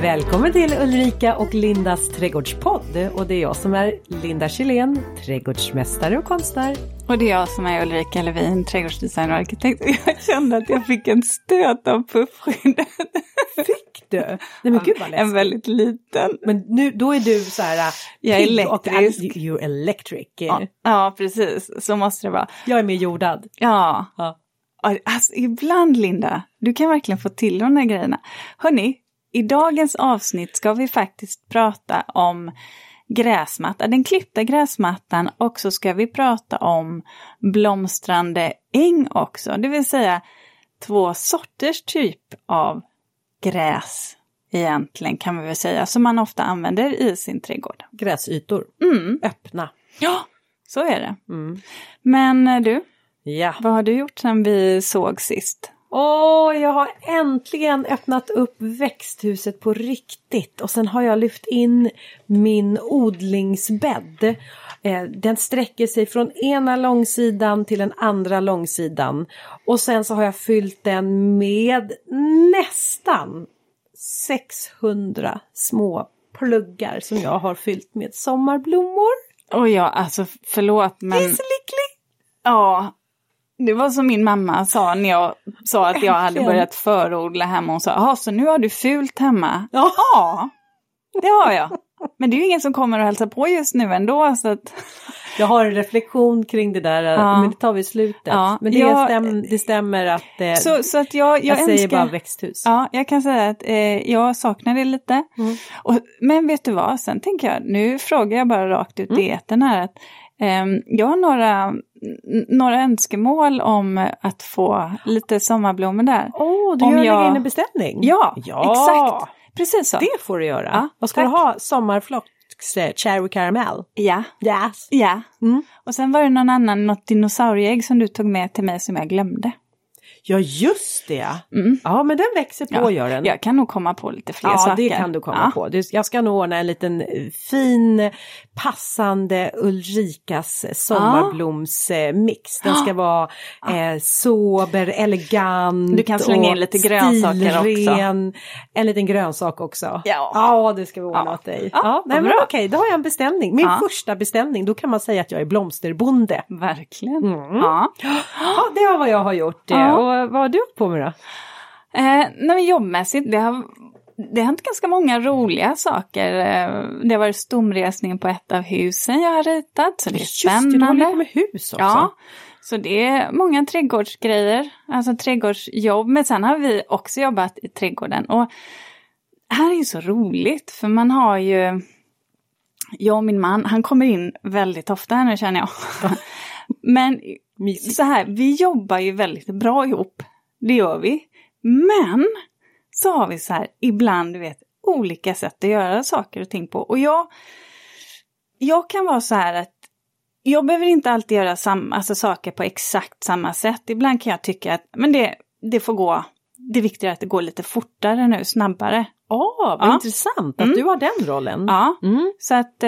Välkommen till Ulrika och Lindas trädgårdspodd. Och det är jag som är Linda Kjellén, trädgårdsmästare och konstnär. Och det är jag som är Ulrika Levin, trädgårdsdesigner och arkitekt. Jag kände att jag fick en stöt av puffskyddet. Fick du? Nej men gud vad läskigt. En väldigt liten. Men nu, då är du så här... Jag är elektrisk. You're electric. Ja, precis. Så måste det vara. Jag är mer jordad. Ja. Alltså, ibland, Linda, du kan verkligen få till de här grejerna. Hörrni, i dagens avsnitt ska vi faktiskt prata om gräsmatta, den klippta gräsmattan, och så ska vi prata om blomstrande äng också. Det vill säga 2 sorters typ av gräs egentligen, kan vi väl säga, som man ofta använder i sin trädgård. Gräsytor. Öppna. Ja, så är det. Men du, vad har du gjort sedan vi såg sist? Jag har äntligen öppnat upp växthuset på riktigt. Och sen har jag lyft in min odlingsbädd. Den sträcker sig från ena långsidan till den andra långsidan. Och sen så har jag fyllt den med nästan 600 små pluggar som jag har fyllt med sommarblommor. Alltså förlåt, men... Det är så lyckligt! Ja, det var som min mamma sa när jag sa att jag hade börjat förodla hemma. Hon sa, så nu har du fult hemma. Ja, det har jag. Men det är ju ingen som kommer och hälsa på just nu ändå. Så att... Jag har en reflektion kring det där, men det tar vi i slutet. Ja, men det stämmer att, så att jag säger bara växthus. Ja, jag kan säga att jag saknar det lite. Men vet du vad, sen tänker jag, nu frågar jag bara rakt ut i etern här att jag har några önskemål om att få lite sommarblommor där. Du gör lägga in en beställning? Ja, exakt. Precis så. Det får du göra. Ja, vad ska du ha? Sommarflocks, cherry caramel? Ja. Yes. Ja. Och sen var det något dinosaurieägg som du tog med till mig som jag glömde. Ja, just det. Ja, men den växer på, gör den. Jag kan nog komma på lite fler saker. Ja, det kan du komma på. Jag ska nog ordna en liten fin, passande Ulrikas sommarblomsmix. Den ska vara sober, elegant. Du kan slänga in lite grönsaker också. En liten grönsak också. Ja, det ska vi ordna åt dig. Men okej, då har jag en beställning. Min första beställning, då kan man säga att jag är blomsterbonde. Verkligen. Ja, det var vad jag har gjort. Och vad har du gjort på med då? Men jobbmässigt, det har hänt ganska många roliga saker. Det har varit stomresningen på ett av husen jag har ritat, så det är spännande. Du håller på med hus också. Ja, så det är många trädgårdsgrejer, alltså trädgårdsjobb. Men sen har vi också jobbat i trädgården. Och här är ju så roligt, för man har ju... Jag och min man, han kommer in väldigt ofta här nu, känner jag. Men så här, vi jobbar ju väldigt bra ihop. Det gör vi. Men så har vi så här, ibland, du vet, olika sätt att göra saker och ting på. Och jag kan vara så här att jag behöver inte alltid göra saker på exakt samma sätt. Ibland kan jag tycka att det får gå. Det är viktigt att det går lite fortare nu, snabbare. Vad intressant att du har den rollen. Ja, så att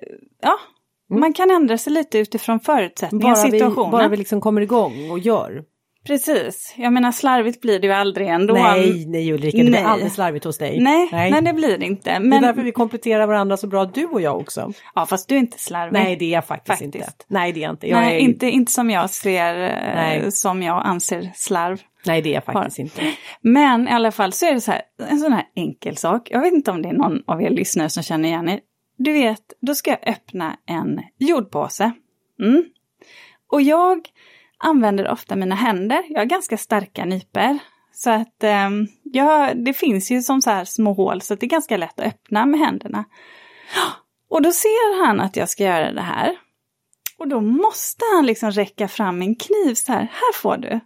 man kan ändra sig lite utifrån förutsättningar, situationen. Bara vi liksom kommer igång och gör. Precis. Jag menar, slarvigt blir det ju aldrig ändå. Nej Ulrika, det blir aldrig slarvigt hos dig. Nej, det blir det inte. Men... Det är därför vi kompletterar varandra så bra, du och jag också. Ja, fast du är inte slarvig. Nej, det är jag faktiskt inte. Nej, det är jag inte. Nej, inte som jag ser, som jag anser slarv. Nej, det är jag faktiskt inte. Men i alla fall så är det så här, en sån här enkel sak. Jag vet inte om det är någon av er lyssnare som känner igen er. Du vet, då ska jag öppna en jordpåse. Och jag använder ofta mina händer. Jag har ganska starka nyper. Så att det finns ju som så här små hål, så att det är ganska lätt att öppna med händerna. Och då ser han att jag ska göra det här. Och då måste han liksom räcka fram en kniv så här får du.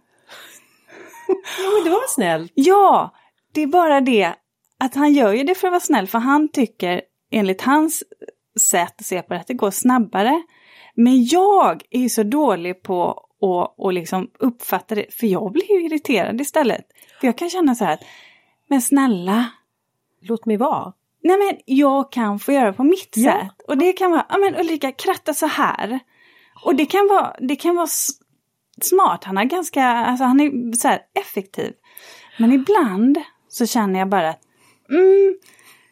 Ja, men det var snällt. Ja, det är bara det att han gör ju det för att vara snäll. För han tycker, enligt hans sätt att se på det, att det går snabbare. Men jag är ju så dålig på att liksom uppfatta det. För jag blir ju irriterad istället. För jag kan känna så här, men snälla. Låt mig vara. Nej, men jag kan få göra på mitt sätt. Och det kan vara, men Ulrika, kratta så här. Och det kan vara smart. Han är så här effektiv. Men ibland så känner jag bara att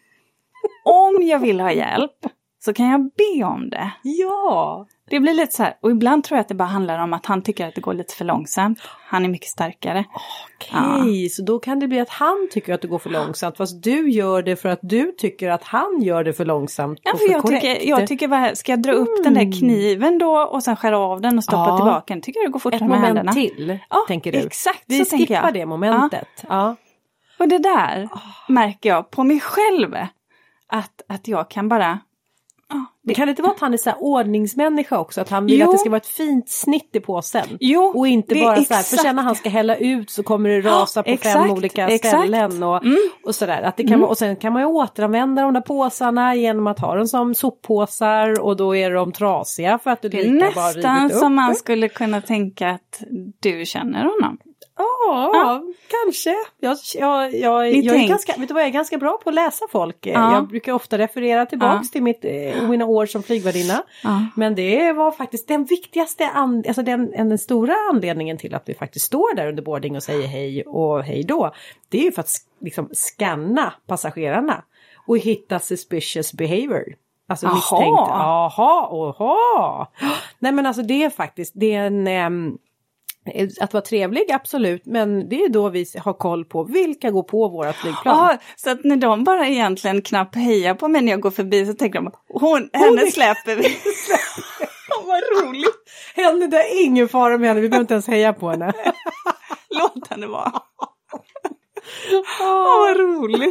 om jag vill ha hjälp så kan jag be om det. Ja. Det blir lite så här, och ibland tror jag att det bara handlar om att han tycker att det går lite för långsamt. Han är mycket starkare. Okej, så då kan det bli att han tycker att det går för långsamt. Fast du gör det för att du tycker att han gör det för långsamt och för korrekt. Jag tycker, ska jag dra upp den där kniven då och sen skära av den och stoppa tillbaka den? Tycker jag det går fortare med händerna. Ett moment till, tänker du. Exakt, vi så tänker jag. skippar det momentet. Ja. Och det där märker jag på mig själv. Att jag kan bara... Det kan inte vara att han är så här ordningsmänniska också. Att han vill att det ska vara ett fint snitt i påsen. Och inte bara så här, för sen när han ska hälla ut så kommer det rasa på 5 olika ställen. Och sådär. Att det kan vara, och sen kan man ju återanvända de där påsarna genom att ha dem som soppåsar. Och då är de trasiga för att du lika bara rivit upp. Nästan som man skulle kunna tänka att du känner honom. Ja, kanske. Jag är ganska, vet du vad, jag är ganska bra på att läsa folk. Jag brukar ofta referera tillbaks till mina år som flygvärdinna. Men det var faktiskt den viktigaste, alltså den stora anledningen till att vi faktiskt står där under boarding och säger hej och hej då. Det är ju för att liksom scanna passagerarna och hitta suspicious behavior. Alltså misstänkt. Nej men alltså det är faktiskt, det är en... Att vara trevlig, absolut. Men det är då vi har koll på vilka går på våra flygplan. Så att när de bara egentligen knappt hejar på mig när jag går förbi så tänker de, henne släpper vi. Vad roligt. Henne, det är ingen fara med henne, vi behöver inte ens heja på henne. Låt henne vara. Vad roligt.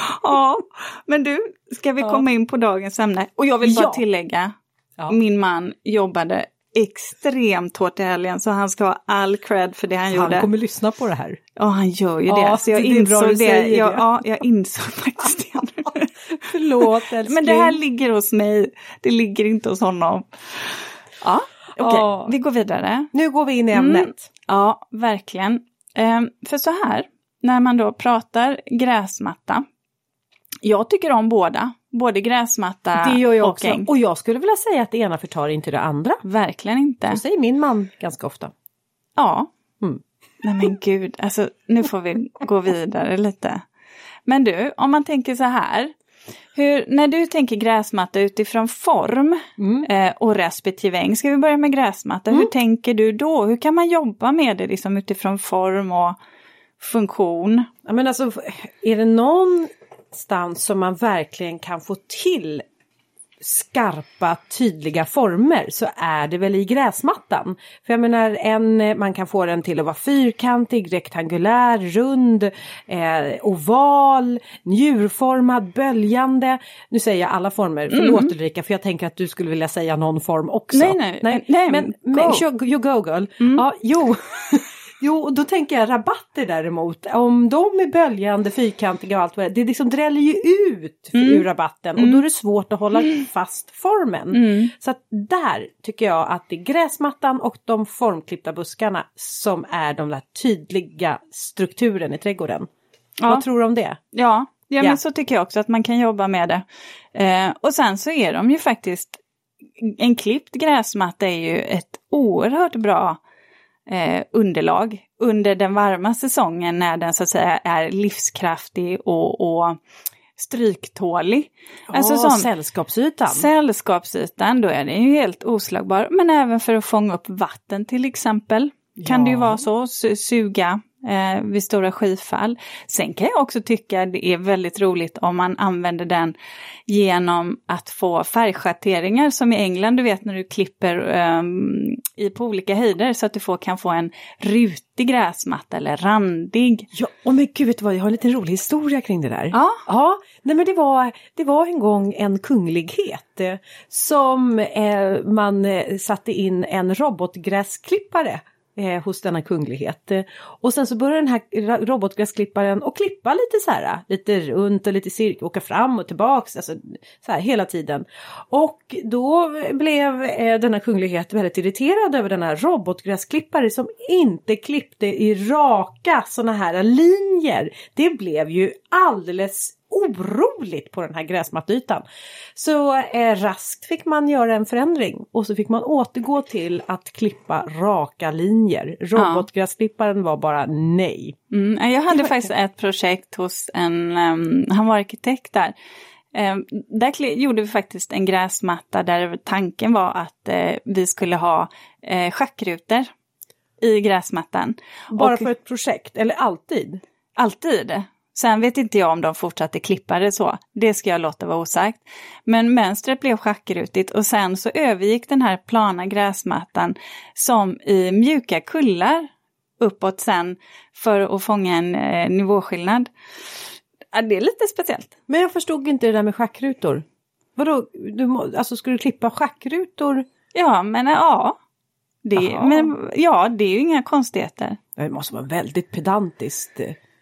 Men du, ska vi komma in på dagens ämne? Och jag vill bara tillägga, min man jobbade extremt hårt i helgen så han ska ha all cred för det han gjorde. Han kommer lyssna på det här. Ja, han gör ju det. Så jag insåg det. Jag insåg faktiskt det. Förlåt, älskling. Men det här ligger hos mig. Det ligger inte hos honom. Ja, okej. Vi går vidare. Nu går vi in i ämnet. Ja, verkligen. För så här, när man då pratar gräsmatta. Jag tycker om båda. Både gräsmatta det gör jag och också. äng. Och jag skulle vilja säga att det ena förtar inte det andra. Verkligen inte. Så säger min man ganska ofta. Ja. Nej men gud, alltså nu får vi gå vidare lite. Men du, om man tänker så här. När du tänker gräsmatta utifrån form och respektive äng. Ska vi börja med gräsmatta? Hur tänker du då? Hur kan man jobba med det liksom, utifrån form och funktion? Ja, men alltså, är det någonstans som man verkligen kan få till skarpa, tydliga former så är det väl i gräsmattan. För jag menar, man kan få den till att vara fyrkantig, rektangulär, rund, oval, njurformad, böljande. Nu säger jag alla former, förlåt Ulrika, för jag tänker att du skulle vilja säga någon form också. Nej, men you go girl. Ja, Jo, då tänker jag rabatter däremot. Om de är böljande, fyrkantiga och allt vad det liksom dräller ju ut ur rabatten. Och då är det svårt att hålla fast formen. Så att där tycker jag att det är gräsmattan och de formklippta buskarna som är de där tydliga strukturen i trädgården. Vad tror du om det? Ja, men så tycker jag också att man kan jobba med det. Och sen så är de ju faktiskt, en klippt gräsmatta är ju ett oerhört bra underlag under den varma säsongen när den så att säga är livskraftig och stryktålig. Alltså sällskapsytan, då är den ju helt oslagbar. Men även för att fånga upp vatten till exempel kan det ju vara så, suga vid stora skyfall. Sen kan jag också tycka det är väldigt roligt om man använder den genom att få färgschatteringar som i England, du vet när du klipper på olika höjder så att du kan få en rutig gräsmatta eller randig. Ja, men gud, vet du vad, jag har en liten rolig historia kring det där. Ja. Nej, men det var en gång en kunglighet som man satte in en robotgräsklippare hos denna kunglighet. Och sen så började den här robotgräsklipparen att klippa lite så här, lite runt och lite cirkel, åka fram och tillbaks, alltså så här hela tiden. Och då blev denna kunglighet väldigt irriterad över den här robotgräsklippare som inte klippte i raka såna här linjer. Det blev ju alldeles oroligt på den här gräsmattytan. Så raskt fick man göra en förändring och så fick man återgå till att klippa raka linjer. Robotgräsklipparen var bara nej. Jag hade faktiskt ett projekt hos han var arkitekt där. Där gjorde vi faktiskt en gräsmatta där tanken var att vi skulle ha schackrutor i gräsmattan. Bara för ett projekt, eller alltid? Alltid. Sen vet inte jag om de fortsatte klippa det så. Det ska jag låta vara osagt. Men mönstret blev schackrutigt och sen så övergick den här plana gräsmattan som i mjuka kullar uppåt sen för att fånga en nivåskillnad. Ja, det är lite speciellt. Men jag förstod inte det där med schackrutor. Vadå? Alltså ska du klippa schackrutor? Ja, men ja. Det är ju inga konstigheter. Det måste vara väldigt pedantiskt.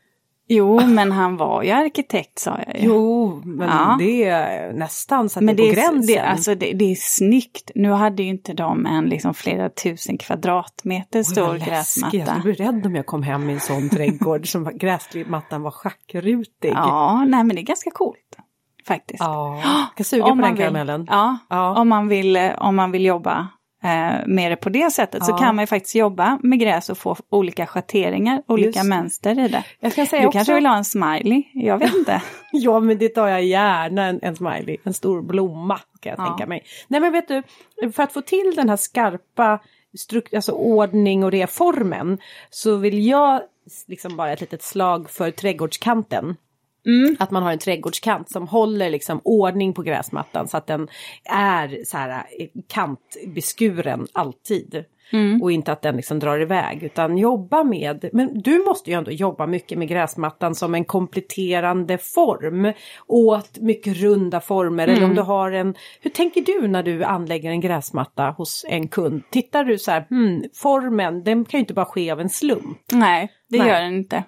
Jo, men han var ju arkitekt, sa jag ju. Jo, men det är nästan så att men det är på gränsen. Det är snyggt. Nu hade ju inte de en liksom flera tusen kvadratmeter stor gräsmatta. Jag blir rädd om jag kom hem i en sån trädgård som gräsmattan var schackrutig. Ja, nej men det är ganska coolt faktiskt. Ja, jag kan suga på den karamellen. Ja. Om man vill jobba med det på det sättet så kan man ju faktiskt jobba med gräs och få olika schatteringar, olika mönster i det. Jag ska säga du också... kanske vill ha en smiley, jag vet inte. Ja, men det tar jag gärna, en smiley, en stor blomma kan jag tänka mig. Nej, men vet du, för att få till den här skarpa alltså ordning och reformen så vill jag liksom bara ett litet slag för trädgårdskanten. Att man har en trädgårdskant som håller liksom ordning på gräsmattan så att den är så här kantbeskuren alltid. Och inte att den liksom drar iväg utan jobba med, men du måste ju ändå jobba mycket med gräsmattan som en kompletterande form åt mycket runda former eller om du har hur tänker du när du anlägger en gräsmatta hos en kund? Tittar du så här, formen, den kan ju inte bara ske av en slump. Nej, det gör den inte.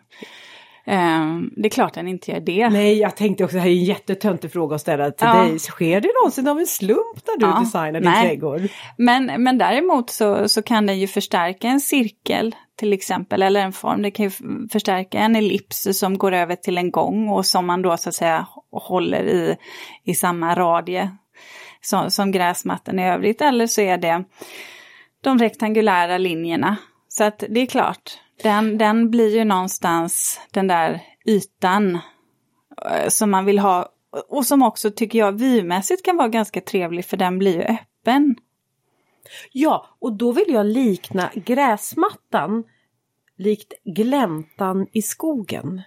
Det är klart den inte gör det. Nej, jag tänkte också, det här är en jättetöntig fråga att ställa till dig. Sker det någonsin av en slump när du designar din trädgård? Men däremot så kan den ju förstärka en cirkel till exempel, eller en form. Det kan ju förstärka en ellips som går över till en gång och som man då så att säga håller i samma radie som gräsmattan i övrigt. Eller så är det de rektangulära linjerna. Så att det är klart. Den blir ju någonstans den där ytan som man vill ha. Och som också tycker jag vymässigt kan vara ganska trevlig för den blir ju öppen. Ja, och då vill jag likna gräsmattan likt gläntan i skogen.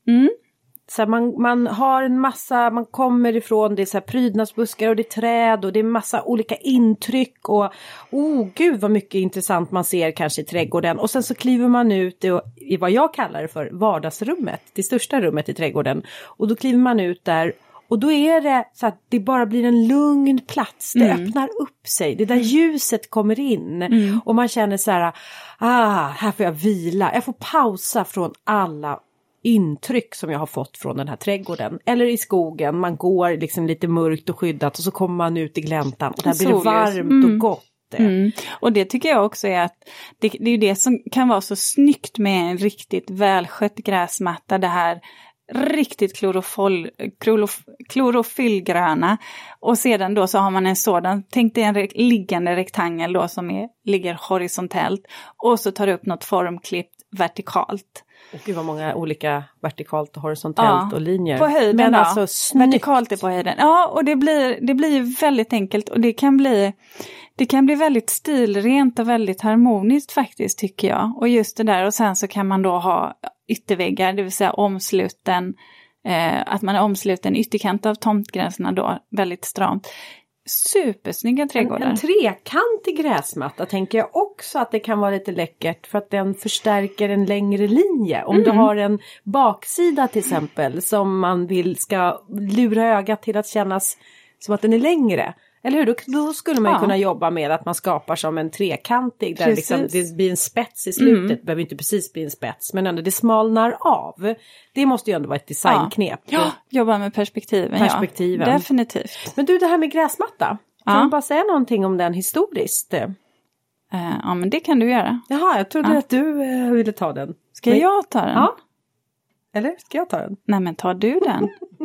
Så man har en massa, man kommer ifrån, det är så här prydnadsbuskar och det är träd och det är massa olika intryck och gud vad mycket intressant man ser kanske i trädgården. Och sen så kliver man ut i vad jag kallar det för vardagsrummet, det största rummet i trädgården. Och då kliver man ut där och då är det så att det bara blir en lugn plats, det öppnar upp sig, det där ljuset kommer in och man känner så här, här får jag vila, jag får pausa från alla intryck som jag har fått från den här trädgården. Eller i skogen, man går liksom lite mörkt och skyddat och så kommer man ut i gläntan och där blir det varmt och gott. Och det tycker jag också är att det är ju det som kan vara så snyggt med en riktigt välskött gräsmatta, det här riktigt klorofyllgröna och sedan då så har man en sådan, tänk dig en liggande rektangel då som ligger horisontellt och så tar du upp något formklippt vertikalt. Och gud vad många olika vertikalt och horisontellt och linjer. På höjden men då. Alltså vertikalt är på höjden. Ja, och det blir ju väldigt enkelt och det kan bli väldigt stilrent och väldigt harmoniskt faktiskt tycker jag. Och just det där och sen så kan man då ha ytterväggar, det vill säga omsluten, att man är omsluten ytterkant av tomtgränserna då, väldigt stramt. Supersnygga trädgårdar. En trekantig gräsmatta tänker jag också att det kan vara lite läckert för att den förstärker en längre linje. Om du har en baksida till exempel som man vill ska lura ögat till att kännas som att den är längre. Eller hur? Då skulle man ju kunna jobba med att man skapar som en trekantig där liksom det blir en spets i slutet. Det behöver inte precis bli en spets men ändå det smalnar av. Det måste ju ändå vara ett designknep. Ja, jobba med perspektiven. Ja. Definitivt. Men du, det här med gräsmatta. Kan du bara säga någonting om den historiskt? Ja, men det kan du göra. Jaha, jag trodde att du ville ta den. Ska jag ta den? Ja. Eller ska jag ta den? Nej, men tar du den?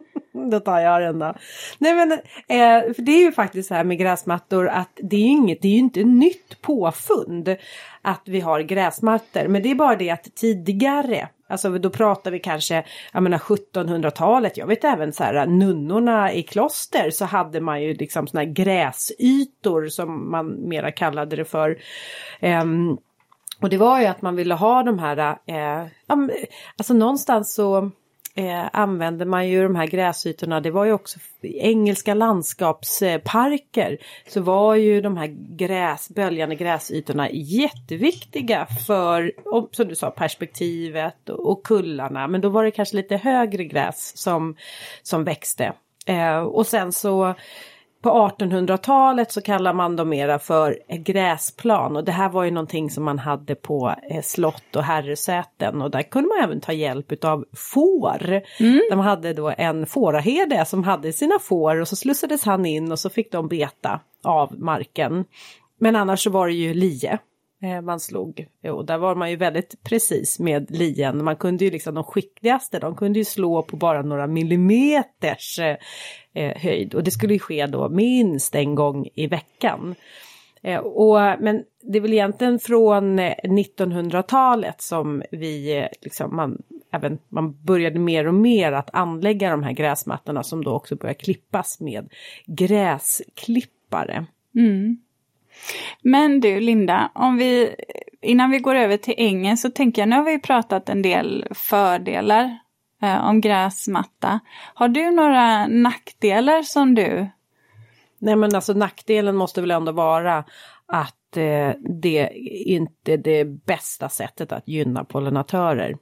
Då tar jag den då. Nej men, för det är ju faktiskt så här med gräsmattor att det är ju inte nytt påfund att vi har gräsmattor. Men det är bara det att tidigare, alltså då pratar vi kanske, 1700-talet. Jag vet även så här, nunnorna i kloster så hade man ju liksom såna här gräsytor som man mera kallade det för. Och det var ju att man ville ha de här, alltså någonstans så använde man ju de här gräsytorna. Det var ju också engelska landskapsparker. Så var ju de här böljande gräsytorna jätteviktiga för, som du sa, perspektivet och kullarna. Men då var det kanske lite högre gräs som växte. Och sen så på 1800-talet så kallar man dem mera för gräsplan. Och det här var ju någonting som man hade på slott och herresäten. Och där kunde man även ta hjälp av får. De hade då en fåraherde som hade sina får. Och så slussades han in och så fick de beta av marken. Men annars så var det ju lie man slog. Och där var man ju väldigt precis med lien. Man kunde ju liksom, de skickligaste, de kunde ju slå på bara några millimeters höjd. Och det skulle ju ske då minst en gång i veckan. Men det är väl egentligen från 1900-talet som vi liksom, man började mer och mer att anlägga de här gräsmattorna som då också började klippas med gräsklippare. Men du Linda, innan vi går över till ängen så tänker jag, nu har vi pratat en del fördelar om gräsmatta. Har du några nackdelar som du? Nej men alltså nackdelen måste väl ändå vara att det är inte det bästa sättet att gynna pollinatörer.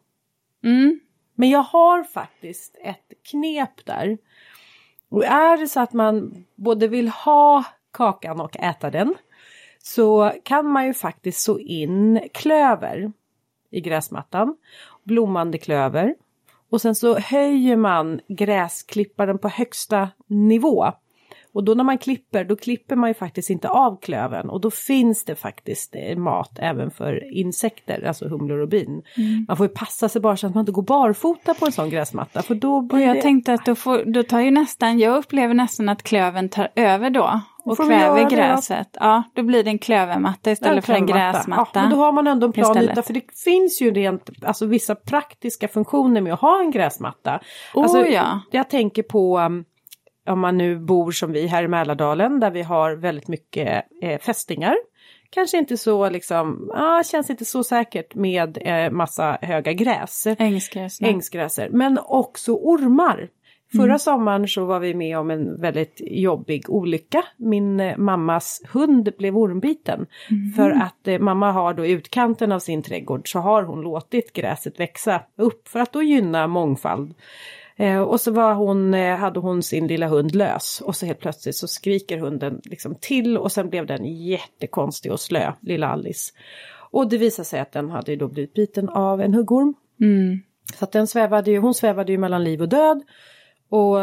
Men jag har faktiskt ett knep där. Och är det så att man både vill ha kakan och äta den, så kan man ju faktiskt så in klöver i gräsmattan. Blommande klöver. Och sen så höjer man gräsklipparen på högsta nivå. Och då när man klipper, då klipper man ju faktiskt inte av klövern. Och då finns det faktiskt mat även för insekter, alltså humlor och bin. Man får ju passa sig bara så att man inte går barfota på en sån gräsmatta. För då blir jag tänkte att då tar ju nästan, jag upplever nästan att klövern tar över då. Och kväver gräset. Då? Ja, då blir det en klövermatta istället för en gräsmatta. Ja, men då har man ändå en plan för det finns ju rent, alltså vissa praktiska funktioner med att ha en gräsmatta. Alltså, jag tänker på om man nu bor som vi här i Mälardalen där vi har väldigt mycket fästingar. Kanske inte så liksom, känns inte så säkert med massa höga gräs. Ängsgräser. Men också ormar. Förra sommaren så var vi med om en väldigt jobbig olycka. Min mammas hund blev ormbiten. För att mamma har då utkanten av sin trädgård så har hon låtit gräset växa upp för att då gynna mångfald. Och så hade hon sin lilla hund lös. Och så helt plötsligt så skriker hunden liksom till. Och sen blev den jättekonstig och slö, lilla Alice. Och det visade sig att den hade då blivit biten av en huggorm. Så att hon svävade ju mellan liv och död. Och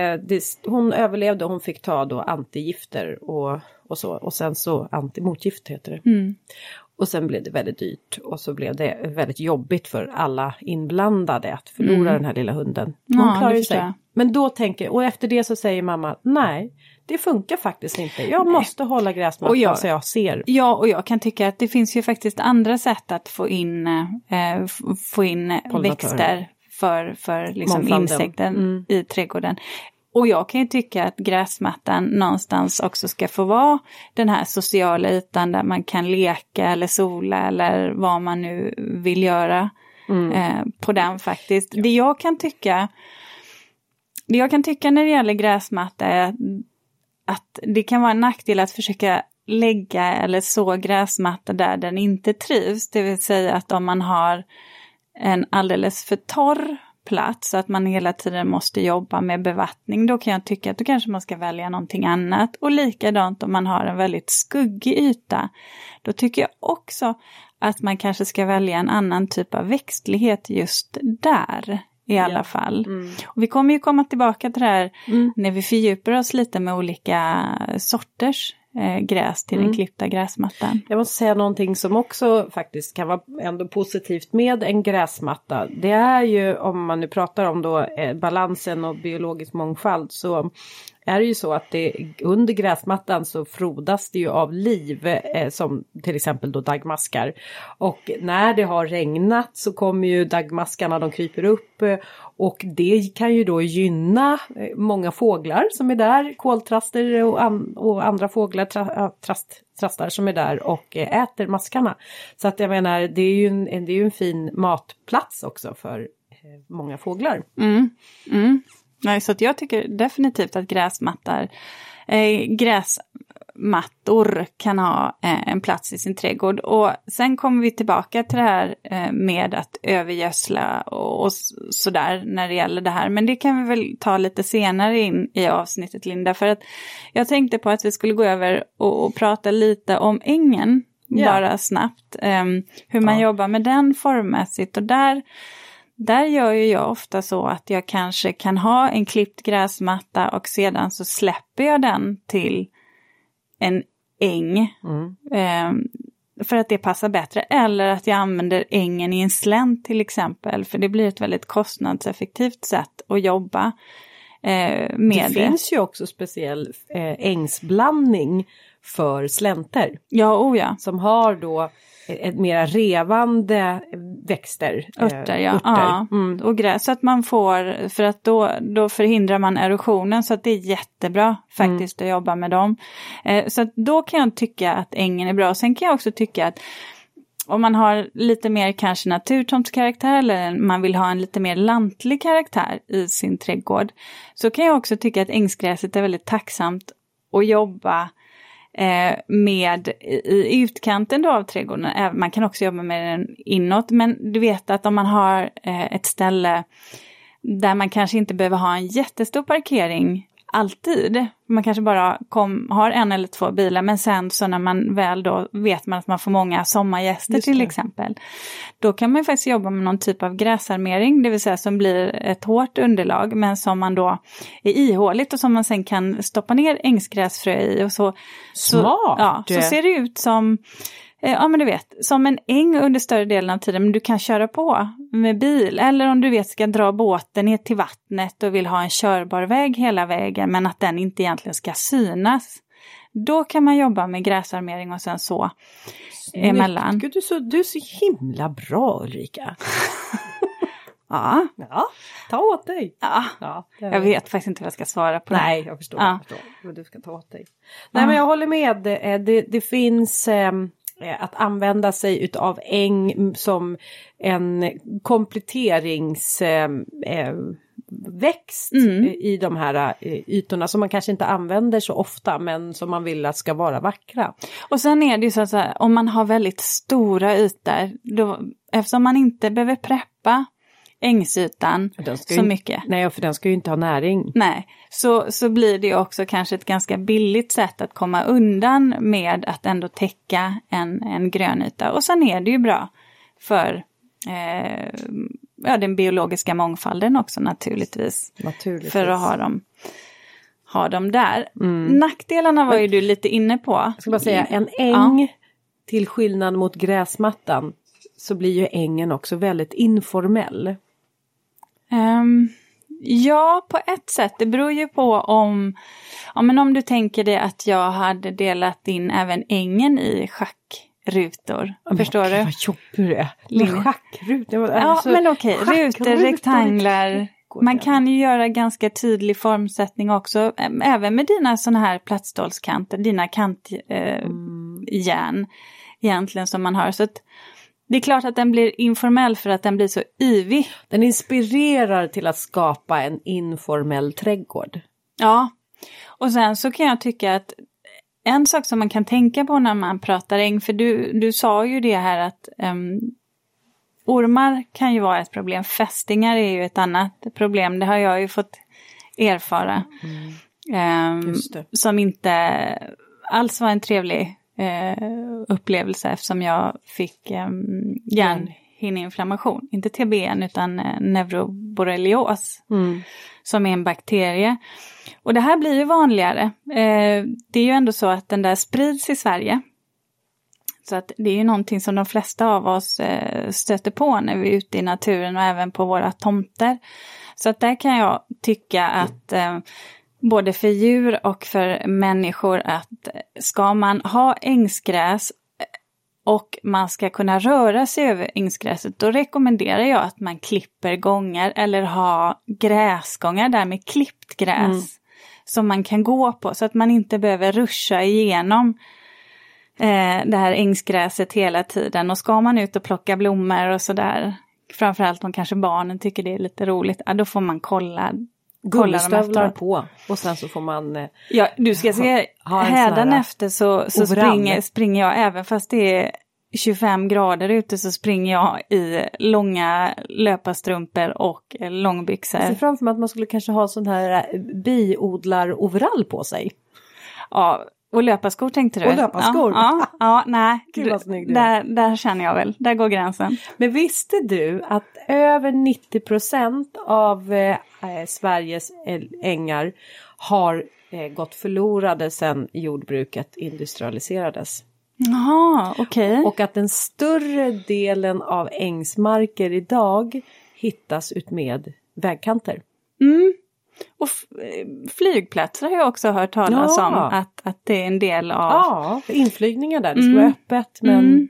hon överlevde och hon fick ta då antigifter och så. Och sen så motgift heter det. Och sen blev det väldigt dyrt. Och så blev det väldigt jobbigt för alla inblandade att förlora den här lilla hunden. Hon klarade sig. Men då och efter det så säger mamma, nej, det funkar faktiskt inte. Jag måste hålla gräsmattan så jag ser. Ja, och jag kan tycka att det finns ju faktiskt andra sätt att få in växter för liksom insekten i trädgården. Och jag kan ju tycka att gräsmattan någonstans också ska få vara den här sociala ytan där man kan leka eller sola eller vad man nu vill göra på den faktiskt. Det jag kan tycka när det gäller gräsmatta är att det kan vara en nackdel att försöka lägga eller så gräsmatta där den inte trivs. Det vill säga att om man har en alldeles för torr plats så att man hela tiden måste jobba med bevattning, då kan jag tycka att då kanske man ska välja någonting annat. Och likadant om man har en väldigt skuggig yta, då tycker jag också att man kanske ska välja en annan typ av växtlighet just där i alla fall. Och vi kommer ju komma tillbaka till det här när vi fördjupar oss lite med olika sorters gräs till den klippta gräsmattan. Jag måste säga någonting som också faktiskt kan vara ändå positivt med en gräsmatta. Det är ju, om man nu pratar om då balansen och biologisk mångfald, så är det ju så att under gräsmattan så frodas det ju av liv, som till exempel då dagmaskar. Och när det har regnat så kommer ju dagmaskarna, de kryper upp, och det kan ju då gynna många fåglar som är där, koltraster och andra fåglar, trastar som är där och äter maskarna. Så att jag menar, det är ju en fin matplats också för många fåglar. Nej, så att jag tycker definitivt att gräsmattor kan ha en plats i sin trädgård. Och sen kommer vi tillbaka till det här med att övergödsla och sådär när det gäller det här. Men det kan vi väl ta lite senare in i avsnittet, Linda. För att jag tänkte på att vi skulle gå över och prata lite om ängen, bara snabbt. Hur man jobbar med den formmässigt. Och där gör ju jag ofta så att jag kanske kan ha en klippt gräsmatta och sedan så släpper jag den till en äng. För att det passar bättre. Eller att jag använder ängen i en slänt till exempel. För det blir ett väldigt kostnadseffektivt sätt att jobba med det. Finns ju också speciell ängsblandning för slänter. Ja. Som har då ett mera revande växter. Örter, ja. Ja. Och gräs, så att man får, för att då förhindrar man erosionen, så att det är jättebra faktiskt att jobba med dem. Så att då kan jag tycka att ängen är bra. Och sen kan jag också tycka att om man har lite mer kanske naturtomtskaraktär eller man vill ha en lite mer lantlig karaktär i sin trädgård, så kan jag också tycka att ängsgräset är väldigt tacksamt att jobba med i utkanten då av trädgården. Man kan också jobba med den inåt, men du vet att om man har ett ställe där man kanske inte behöver ha en jättestor parkering alltid, man kanske bara har en eller två bilar, men sen så när man väl då vet man att man får många sommargäster till exempel, då kan man faktiskt jobba med någon typ av gräsarmering, det vill säga som blir ett hårt underlag men som man då är ihåligt och som man sen kan stoppa ner ängsgräsfrö i och så. Smart! Så ser det ut som men du vet, som en äng under större delen av tiden, men du kan köra på med bil. Eller om du ska dra båten ner till vattnet och vill ha en körbar väg hela vägen, men att den inte egentligen ska synas. Då kan man jobba med gräsarmering och sen så emellan. Gud, du är så himla bra, Ulrika. Ja, ta åt dig. Ja, jag vet faktiskt inte vad jag ska svara på. Nej, jag förstår. Men du ska ta åt dig. Nej, men jag håller med. Det finns att använda sig utav äng som en kompletteringsväxt i de här ytorna som man kanske inte använder så ofta, men som man vill att ska vara vackra. Och sen är det ju så att om man har väldigt stora ytor, då, eftersom man inte behöver preppa ängsytan så mycket. Nej, för den ska ju inte ha näring. Nej, så blir det också kanske ett ganska billigt sätt att komma undan med att ändå täcka en grönyta. Och sen är det ju bra för den biologiska mångfalden också naturligtvis. För att ha dem där. Nackdelarna var ju du lite inne på. Jag ska bara säga, en äng till skillnad mot gräsmattan så blir ju ängen också väldigt informell. Ja, på ett sätt. Det beror ju på om du tänker dig att jag hade delat in även ängen i schackrutor. Förstår du? Vad jobbig du är. Schackrutor. Ja, men okej. Rutor, rektanglar. Man kan ju göra ganska tydlig formsättning också. Även med dina såna här plattstålskanter. Dina kantjärn egentligen som man har. Så att det är klart att den blir informell för att den blir så yvig. Den inspirerar till att skapa en informell trädgård. Ja, och sen så kan jag tycka att en sak som man kan tänka på när man pratar äng, för du sa ju det här att ormar kan ju vara ett problem. Fästingar är ju ett annat problem. Det har jag ju fått erfara. Som inte alls var en trevlig upplevelse eftersom jag fick slemhinneinflammation. Inte TBN utan neuroborrelios som är en bakterie. Och det här blir ju vanligare. Det är ju ändå så att den där sprids i Sverige. Så att det är ju någonting som de flesta av oss stöter på när vi är ute i naturen och även på våra tomter. Så att där kan jag tycka att både för djur och för människor att ska man ha ängsgräs och man ska kunna röra sig över ängsgräset, då rekommenderar jag att man klipper gångar eller ha gräsgångar där med klippt gräs som man kan gå på så att man inte behöver ruscha igenom det här ängsgräset hela tiden. Och ska man ut och plocka blommor och sådär, framförallt om kanske barnen tycker det är lite roligt, då får man kolla gummistövlar på och sen så får man ja, du ska se hädanefter så springer jag, även fast det är 25 grader ute, så springer jag i långa löparstrumpor och långbyxor. Jag ser framför mig att man skulle kanske ha sån här biodlar-overall på sig. Ja, och löparskor tänkte du? Och löparskor? Ja, nej. Där känner jag väl. Där går gränsen. Men visste du att över 90% av Sveriges ängar har gått förlorade sedan jordbruket industrialiserades? Jaha, okej. Okay. Och att den större delen av ängsmarker idag hittas ut med vägkanter. Mm. Och flygplatser har jag också hört talas om att det är en del av... Ja, inflygningar där. Det ska vara öppet. Men,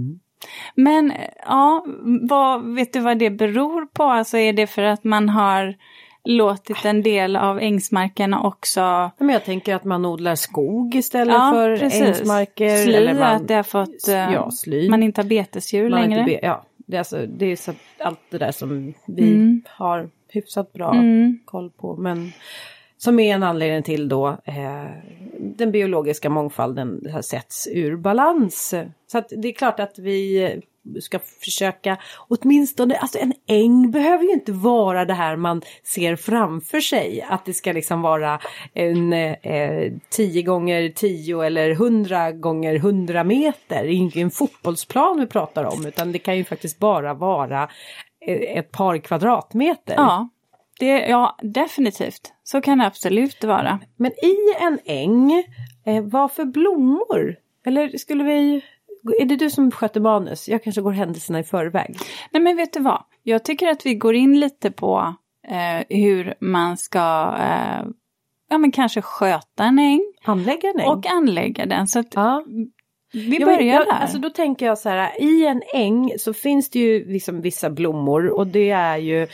men ja, vet du vad det beror på? Alltså är det för att man har låtit en del av ängsmarkerna också... Men jag tänker att man odlar skog istället för ängsmarker. Sly, eller att det har fått... sly. Man inte har betesdjur längre. Det är så allt det där som vi har hyfsat bra koll på. Men som är en anledning till då den biologiska mångfalden har setts ur balans. Så att det är klart att vi ska försöka åtminstone, alltså en äng behöver ju inte vara det här man ser framför sig. Att det ska liksom vara en 10x10 eller 100x100 meter. Det är inte en fotbollsplan vi pratar om, utan det kan ju faktiskt bara vara ett par kvadratmeter. Ja, definitivt. Så kan det absolut vara. Men i en äng, vad för blommor? Eller skulle vi... Är det du som sköter manus? Jag kanske går händelserna i förväg. Nej, men vet du vad? Jag tycker att vi går in lite på hur man ska kanske sköta en äng. Anlägga en äng. Och anlägga den. Så att vi börjar där. Alltså då tänker jag så här, i en äng så finns det ju liksom vissa blommor. Och det är ju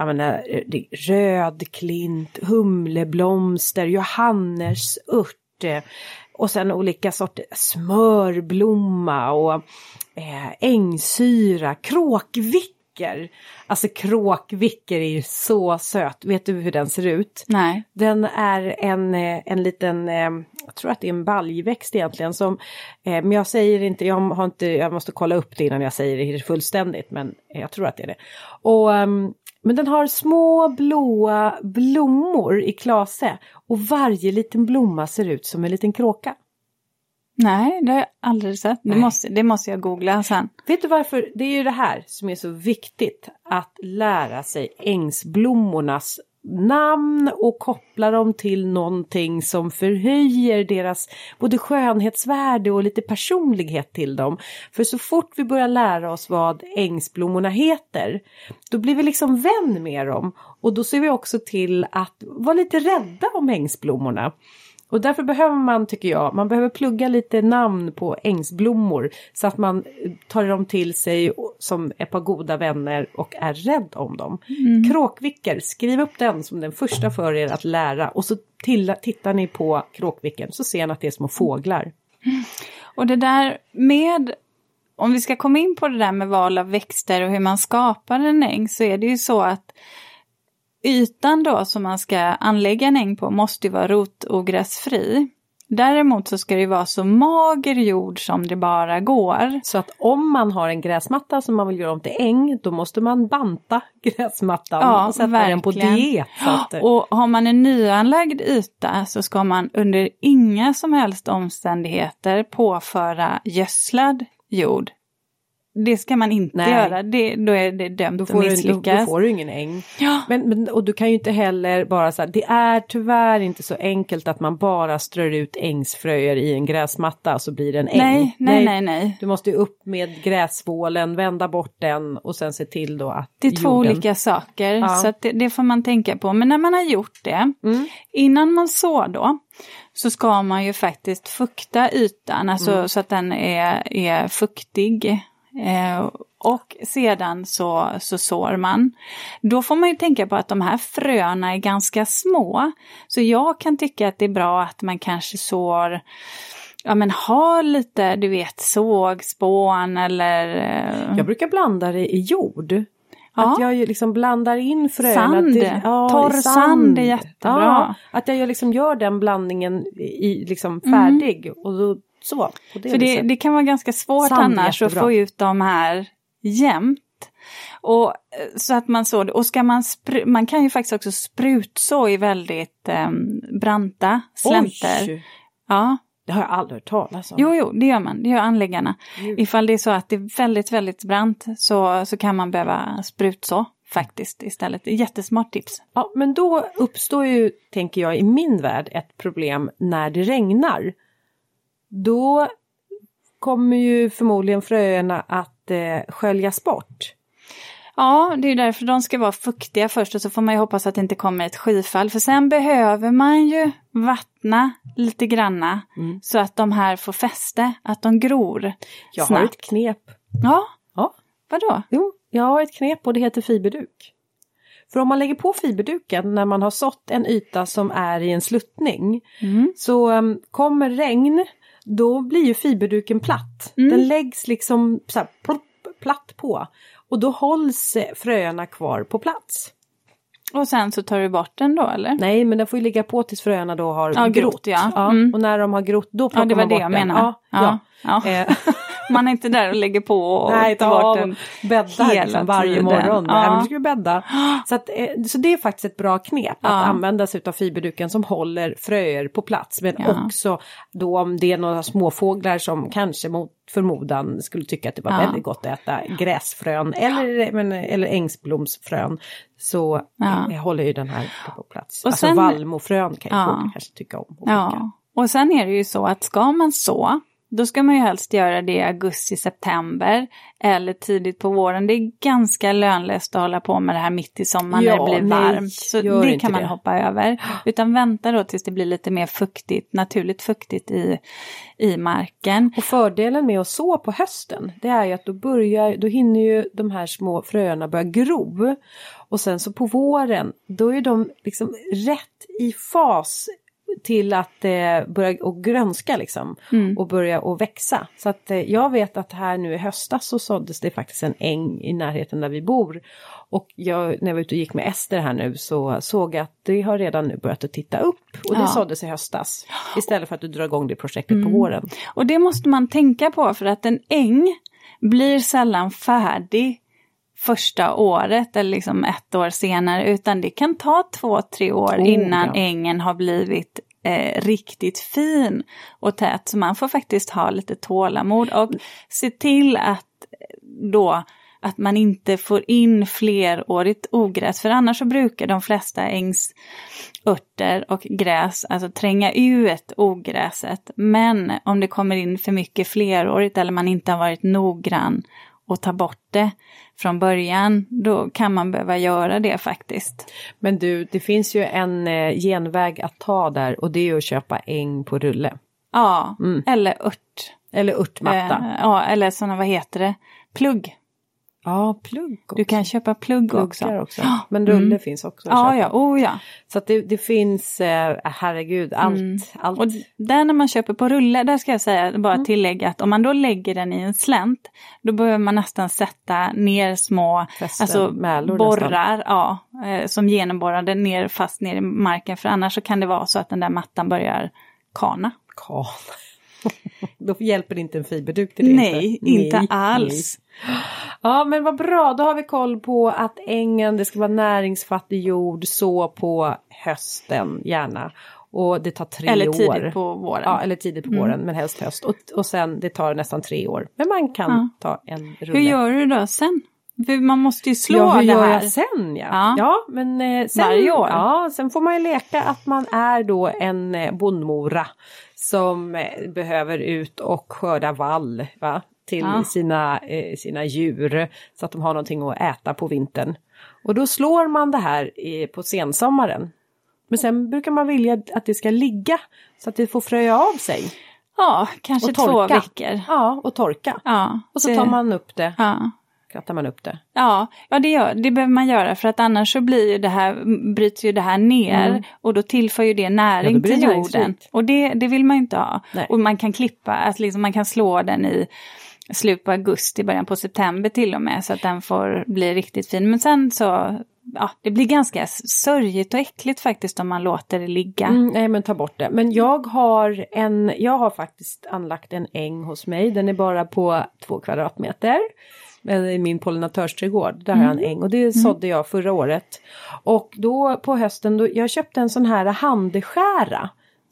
rödklint, humleblomster, johannesört. Och sen olika sorter smörblomma och ängsyra, kråkvicker. Alltså kråkvicker är ju så söt. Vet du hur den ser ut? Nej. Den är en liten, jag tror att det är en baljväxt egentligen. Men jag säger inte, jag måste kolla upp det innan jag säger det fullständigt. Men jag tror att det är det. Men den har små blåa blommor i klase. Och varje liten blomma ser ut som en liten kråka. Nej, det har jag aldrig sett. Det måste jag googla sen. Vet du varför? Det är ju det här som är så viktigt. Att lära sig ängsblommornas namn och koppla dem till någonting som förhöjer deras både skönhetsvärde och lite personlighet till dem. För så fort vi börjar lära oss vad ängsblommorna heter, då blir vi liksom vän med dem. Och då ser vi också till att vara lite rädda om ängsblommorna. Och därför behöver man, tycker jag, man behöver plugga lite namn på ängsblommor så att man tar dem till sig som ett par goda vänner och är rädd om dem. Kråkvicker, skriv upp den som den första för er att lära och så tittar ni på kråkvicken så ser ni att det är små fåglar. Och det där med, om vi ska komma in på det där med val av växter och hur man skapar en äng, så är det ju så att ytan då som man ska anlägga en äng på måste ju vara rotogräsfri. Däremot så ska det vara så mager jord som det bara går. Så att om man har en gräsmatta som man vill göra om till äng, då måste man banta gräsmattan och sätta den på diet. Och har man en nyanlagd yta så ska man under inga som helst omständigheter påföra gödslad jord. det ska man inte göra. Då är det dömt att misslyckas. Då får du ingen äng. Ja. Och du kan ju inte heller bara så här, det är tyvärr inte så enkelt att man bara strör ut ängsfröer i en gräsmatta så blir det en äng. Nej. Du måste ju upp med gräsvålen, vända bort den och sen se till då att det är två olika saker, så att det får man tänka på. Men när man har gjort det, innan man sår då, så ska man ju faktiskt fukta ytan, alltså så att den är fuktig. Och sedan så sår man. Då får man ju tänka på att de här fröna är ganska små. Så jag kan tycka att det är bra att man kanske sår, ha lite, du vet, sågspån eller... Jag brukar blanda det i jord. Att jag liksom blandar in fröna. Sand. Torr sand är jättebra. Ja, att jag liksom gör den blandningen i liksom färdig. Och då, så. För det kan vara ganska svårt annars att få ut de här jämnt. Och så att man så, och ska man kan ju faktiskt också sprutså i väldigt branta slänter. Oj. Ja. Det har jag aldrig hört talas om. Jo, det gör man. Det gör anläggarna. Ifall det är så att det är väldigt, väldigt brant så kan man behöva sprutså faktiskt istället. Det är ett jättesmart tips. Ja, men då uppstår ju, tänker jag, i min värld ett problem när det regnar. Då kommer ju förmodligen fröerna att sköljas bort. Ja, det är därför de ska vara fuktiga först och så får man ju hoppas att det inte kommer ett skyfall. För sen behöver man ju vattna lite granna så att de här får fäste, att de gror Jag snabbt. har ett knep. Ja. Vadå? Jo, jag har ett knep och det heter fiberduk. För om man lägger på fiberduken när man har sått en yta som är i en sluttning så kommer regn, då blir ju fiberduken platt. Den läggs liksom så här platt på. Och då hålls fröerna kvar på plats. Och sen så tar du bort den då, eller? Nej, men den får ju ligga på tills fröerna då har grott. Ja. Och när de har grott, då plockar det var man bort det jag den. menar. Ja. Man är inte där och lägger på och tar bort den bäddar liksom varje morgon. Ja. Nej, ska vi bädda. Så det är faktiskt ett bra knep att använda sig av fiberduken som håller fröer på plats. Men också då om det är några småfåglar som kanske mot förmodan skulle tycka att det var väldigt gott att äta gräsfrön eller ängsblomsfrön, så håller ju den här på plats. Och alltså sen, vallmofrön kan ju fåglar kanske tycka om. Och sen är det ju så att ska man så, då ska man ju helst göra det i augusti-september eller tidigt på våren. Det är ganska lönlöst att hålla på med det här mitt i sommaren när det blir varmt. Så det kan man hoppa över. Utan vänta då tills det blir lite mer fuktigt, naturligt fuktigt i marken. Och fördelen med att så på hösten, det är ju att då hinner ju de här små fröna börja gro. Och sen så på våren, då är de liksom rätt i fas till att börja och grönska liksom och börja och växa. Så att jag vet att här nu i höstas så såddes det faktiskt en äng i närheten där vi bor. Och när jag var ute och gick med Ester här nu så såg jag att det har redan nu börjat att titta upp. Och det såddes i höstas. Istället för att du drar igång det projektet på våren. Och det måste man tänka på, för att en äng blir sällan färdig första året eller liksom ett år senare, utan det kan ta 2-3 år innan ängen har blivit riktigt fin och tät. Så man får faktiskt ha lite tålamod och se till att man inte får in flerårigt ogräs, för annars så brukar de flesta ängsörter och gräs alltså tränga ut ogräset. Men om det kommer in för mycket flerårigt eller man inte har varit noggrann och ta bort det från början, då kan man behöva göra det faktiskt. Men du, det finns ju en genväg att ta där, och det är ju att köpa äng på rulle. Ja, eller ört. Eller örtmatta. Eller sådana, vad heter det? Plugg. Ja, plugg också. Du kan köpa plugg också. Men rulle finns också att köpa. Ja. Så att det finns, herregud, allt. Och där när man köper på rulle, där ska jag säga, bara tillägga att om man då lägger den i en slänt, då behöver man nästan sätta ner små borrar, som genomborrade ner fast ner i marken, för annars så kan det vara så att den där mattan börjar kana. Då hjälper inte en fiberduk till det. Nej, inte alls. Nej. Ja, men vad bra. Då har vi koll på att ängen, det ska vara näringsfattig jord, så på hösten gärna. Och det tar 3 år. Eller tidigt på våren. Ja, eller tidigt på våren, men helst höst. Och sen, det tar nästan 3 år. Men man kan ta en rulle. Hur gör du då sen? Man måste ju slå hur det gör här. jag sen? Ja, men sen, varje år. Ja, sen får man ju leka att man är då en bondmora som behöver ut och skörda vall, va? Till sina djur så att de har någonting att äta på vintern. Och då slår man det här på sensommaren. Men sen brukar man vilja att det ska ligga så att det får fröja av sig. Ja, kanske 2 veckor. Ja, och torka. Ja, och så tar man upp det. Ja. Krattar man upp det. Ja, det behöver man göra för att annars så bryts ju det här ner och då tillför ju det näring till jorden. Och det vill man ju inte ha. Nej. Och man kan klippa, att liksom man kan slå den i slutet på augusti, början på september till och med så att den får bli riktigt fin. Men sen så, det blir ganska sörjigt och äckligt faktiskt om man låter det ligga. Nej, men ta bort det. Men jag har faktiskt anlagt en äng hos mig. Den är bara på 2 kvadratmeter. I min pollinatörsträdgård, där har jag en äng. Och det sådde jag förra året. Och då på hösten, jag köpte en sån här handskära.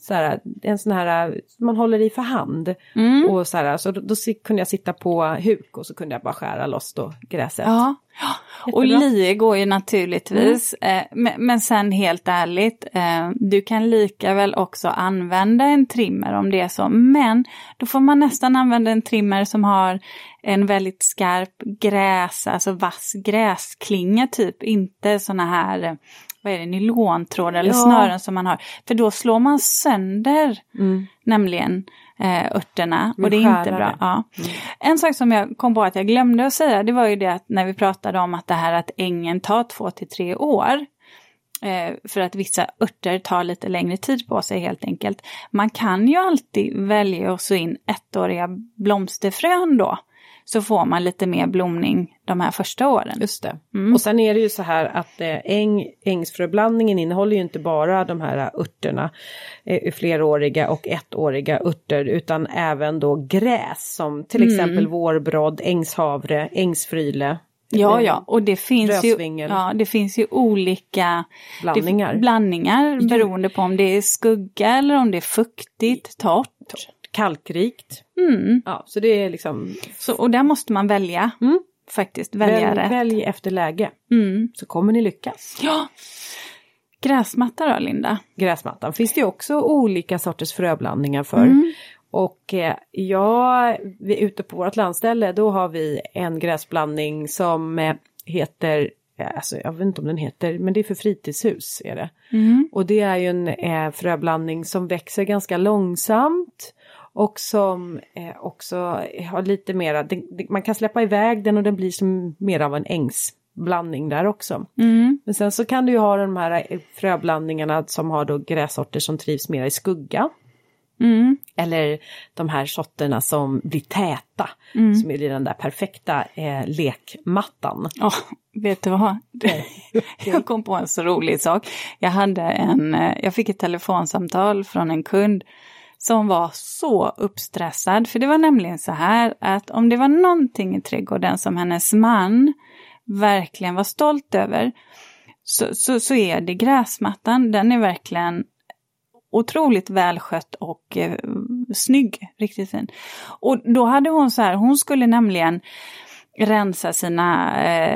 En sån här, man håller i för hand. Och så då kunde jag sitta på huk och så kunde jag bara skära loss då gräset. Ja, och lie går ju naturligtvis. Men sen helt ärligt, du kan lika väl också använda en trimmer om det är så. Men då får man nästan använda en trimmer som har en väldigt skarp alltså vass gräsklinga typ. Inte såna här, vad är det, nylontråd eller snören som man har. För då slår man sönder nämligen örterna och det är inte bra. Ja. En sak som jag kom på att jag glömde att säga, det var ju det att när vi pratade om att det här att ängen tar 2 till 3 år. För att vissa örter tar lite längre tid på sig helt enkelt. Man kan ju alltid välja att så in 1-åriga blomsterfrön då. Så får man lite mer blomning de här första åren. Just det. Och sen är det ju så här att ängsfröblandningen innehåller ju inte bara de här örterna, fleråriga och 1-åriga örter, utan även då gräs som till exempel vårbrodd, ängshavre, ängsfryle. Ja, och det finns ju olika blandningar beroende på om det är skugga eller om det är fuktigt, torrt. Kalkrikt. Ja, så det är liksom... Och där måste man välja. Faktiskt, välja rätt. Välj efter läge. Så kommer ni lyckas. Ja. Gräsmatta då, Linda? Gräsmattan finns det ju också olika sorters fröblandningar för. Och vi ute på vårt landställe, då har vi en gräsblandning som heter... Alltså, jag vet inte om den heter, men det är för fritidshus är det. Och det är ju en fröblandning som växer ganska långsamt. Och som också har lite mera, man kan släppa iväg den och den blir som mer av en ängsblandning där också. Men sen så kan du ju ha de här fröblandningarna som har då grässorter som trivs mer i skugga. Eller de här sorterna som blir täta. Som är den där perfekta lekmattan. Vet du vad? Jag kom på en så rolig sak. Jag fick ett telefonsamtal från en kund som var så uppstressad. För det var nämligen så här att om det var någonting i trädgården som hennes man verkligen var stolt över, så är det gräsmattan. Den är verkligen otroligt välskött och snygg, riktigt fin. Och då hade hon så här, hon skulle nämligen rensa sina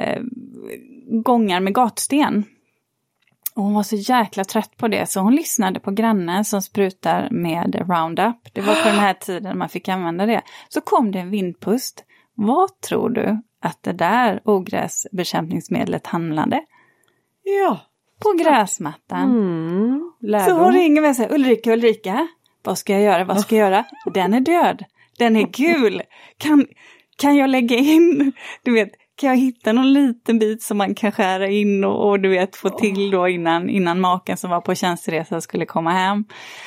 gångar med gatsten. Och hon var så jäkla trött på det så hon lyssnade på grannen som sprutar med Roundup. Det var på den här tiden man fick använda det. Så kom det en vindpust. Vad tror du att det där ogräsbekämpningsmedlet handlade? Ja. På gräsmattan. Så hon ringer mig och säger, Ulrika, vad ska jag göra? Den är död. Den är gul. Kan jag lägga in, du vet, kan jag hitta någon liten bit som man kan skära in och du vet få till då innan maken som var på tjänsteresa skulle komma hem.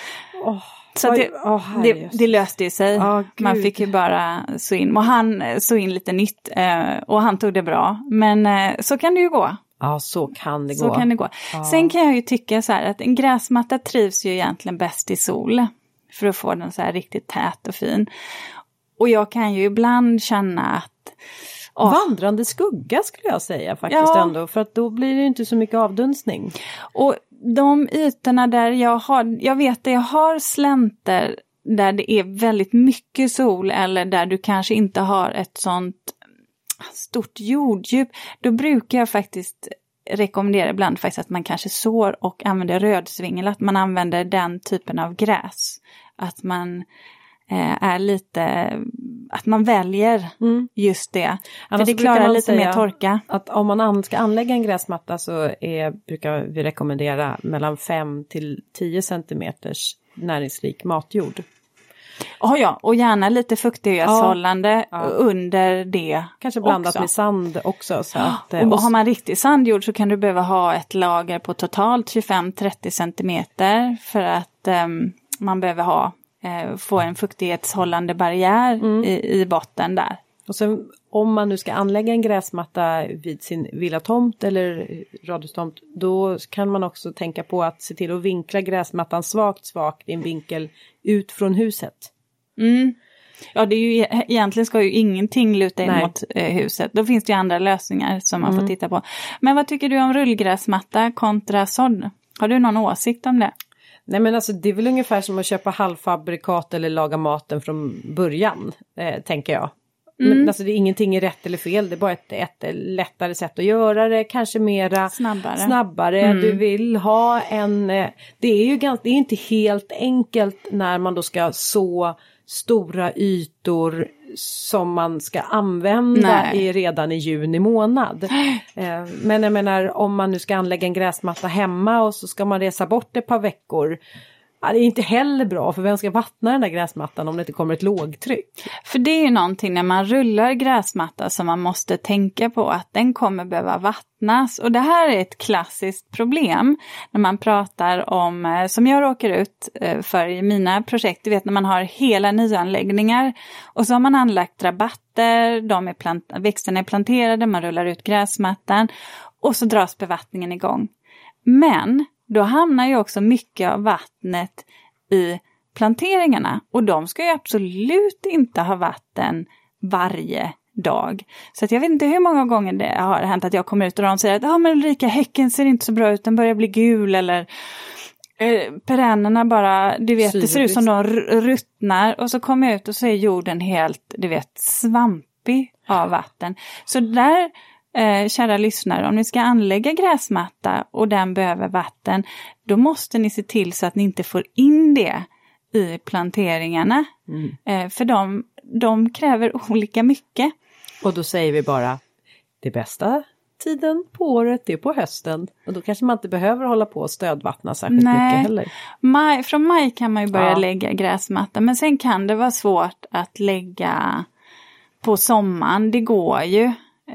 Så det löste ju sig. Man fick ju bara så in. Och han så in lite nytt och han tog det bra. Men så kan det ju gå. Ja, så kan det gå. Ja. Sen kan jag ju tycka så här att en gräsmatta trivs ju egentligen bäst i sol. För att få den så här riktigt tät och fin. Och jag kan ju ibland känna att... Vandrande skugga skulle jag säga faktiskt ändå. För att då blir det inte så mycket avdunstning. Och de ytorna där jag vet att jag har slänter där det är väldigt mycket sol eller där du kanske inte har ett sånt stort jorddjup, då brukar jag faktiskt rekommendera ibland faktiskt att man kanske sår och använder rödsvingel, att man använder den typen av gräs. Att man är lite, att man väljer just det. För det klarar lite mer torka. Att om man ska anlägga en gräsmatta så brukar vi rekommendera mellan 5 till 10 centimeters näringsrik matjord. Ja, och gärna lite fuktighetshållande under det. Kanske blandat också med sand också. Så att, och har man riktig sandjord så kan du behöva ha ett lager på totalt 25-30 centimeter för att man behöver få en fuktighetshållande barriär i botten där. Och sen om man nu ska anlägga en gräsmatta vid sin villatomt eller radhustomt, då kan man också tänka på att se till att vinkla gräsmattan svagt i en vinkel ut från huset. Ja, det är ju, egentligen ska ju ingenting luta in mot huset. Då finns det ju andra lösningar som man får titta på. Men vad tycker du om rullgräsmatta kontra sådd? Har du någon åsikt om det? Nej, men alltså det är väl ungefär som att köpa halvfabrikat eller laga maten från början, tänker jag. Men alltså det är ingenting är rätt eller fel, det är bara ett lättare sätt att göra det, kanske mera snabbare. Du vill ha det är inte helt enkelt när man då ska så stora ytor som man ska använda redan i juni månad. Men jag menar, om man nu ska anlägga en gräsmatta hemma och så ska man resa bort ett par veckor. Ja, det är inte heller bra, för vem ska vattna den där gräsmattan om det inte kommer ett lågtryck? För det är ju någonting när man rullar gräsmatta som man måste tänka på att den kommer behöva vattnas. Och det här är ett klassiskt problem när man pratar om, som jag råkar ut för i mina projekt, du vet när man har hela nyanläggningar och så har man anlagt rabatter, växterna är planterade, man rullar ut gräsmattan och så dras bevattningen igång. Men då hamnar ju också mycket av vattnet i planteringarna. Och de ska ju absolut inte ha vatten varje dag. Så att jag vet inte hur många gånger det har hänt att jag kommer ut och de säger att men Ulrika, häcken ser inte så bra ut, den börjar bli gul. Eller perennerna bara, du vet, det ser ut som de ruttnar. Och så kommer jag ut och så är jorden helt, du vet, svampig av vatten. Så där... kära lyssnare, om ni ska anlägga gräsmatta och den behöver vatten, då måste ni se till så att ni inte får in det i planteringarna. För de kräver olika mycket. Och då säger vi bara, det bästa tiden på året, det är på hösten. Och då kanske man inte behöver hålla på och stödvattna särskilt mycket heller. Från maj kan man ju börja lägga gräsmatta, men sen kan det vara svårt att lägga på sommaren, det går ju.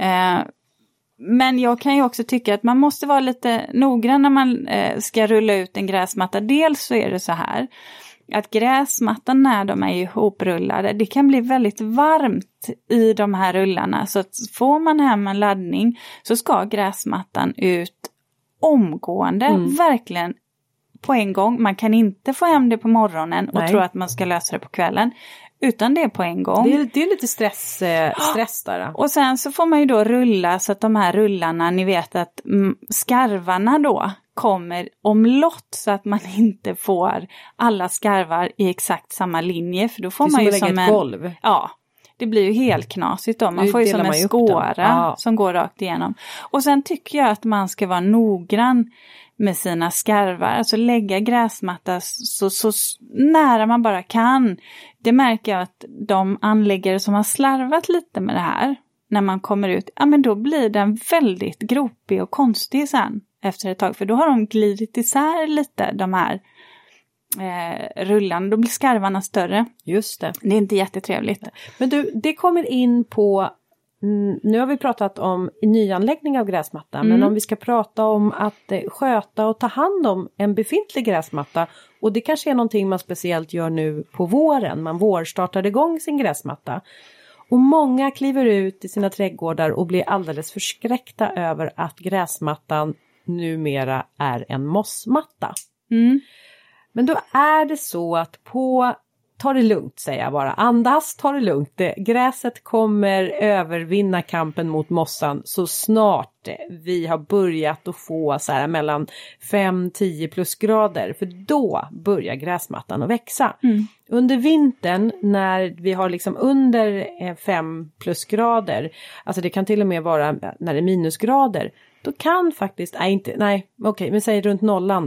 Men jag kan ju också tycka att man måste vara lite noggrann när man ska rulla ut en gräsmatta. Dels så är det så här att gräsmattan när de är ihoprullade, det kan bli väldigt varmt i de här rullarna. Så att får man hem en laddning så ska gräsmattan ut omgående, verkligen på en gång. Man kan inte få hem det på morgonen och tro att man ska lösa det på kvällen. Utan det är på en gång. Det är lite stress där. Och sen så får man ju då rulla så att de här rullarna, ni vet att skarvarna då kommer omlott så att man inte får alla skarvar i exakt samma linje. För då får man ju som ett golv. Ja, det blir ju helt knasigt då. Man får ju som en skåra som går rakt igenom. Och sen tycker jag att man ska vara noggrann med sina skarvar. Alltså lägga gräsmatta så nära man bara kan. Det märker jag att de anläggare som har slarvat lite med det här, när man kommer ut, men då blir den väldigt gropig och konstig sen efter ett tag. För då har de glidit isär lite, de här rullarna. Då blir skarvarna större. Just det. Det är inte jättetrevligt. Men du, det kommer in på... Nu har vi pratat om nyanläggning av gräsmatta, men om vi ska prata om att sköta och ta hand om en befintlig gräsmatta, och det kanske är någonting man speciellt gör nu på våren, man vårstartar igång sin gräsmatta. Och många kliver ut i sina trädgårdar och blir alldeles förskräckta över att gräsmattan numera är en mossmatta. Men då är det så att på ta det lugnt, säger jag bara. Andas, ta det lugnt. Gräset kommer övervinna kampen mot mossan så snart vi har börjat att få så här mellan 5-10 plusgrader. För då börjar gräsmattan att växa. Under vintern när vi har liksom under 5 plusgrader, alltså det kan till och med vara när det är minusgrader, då kan faktiskt, men säg runt nollan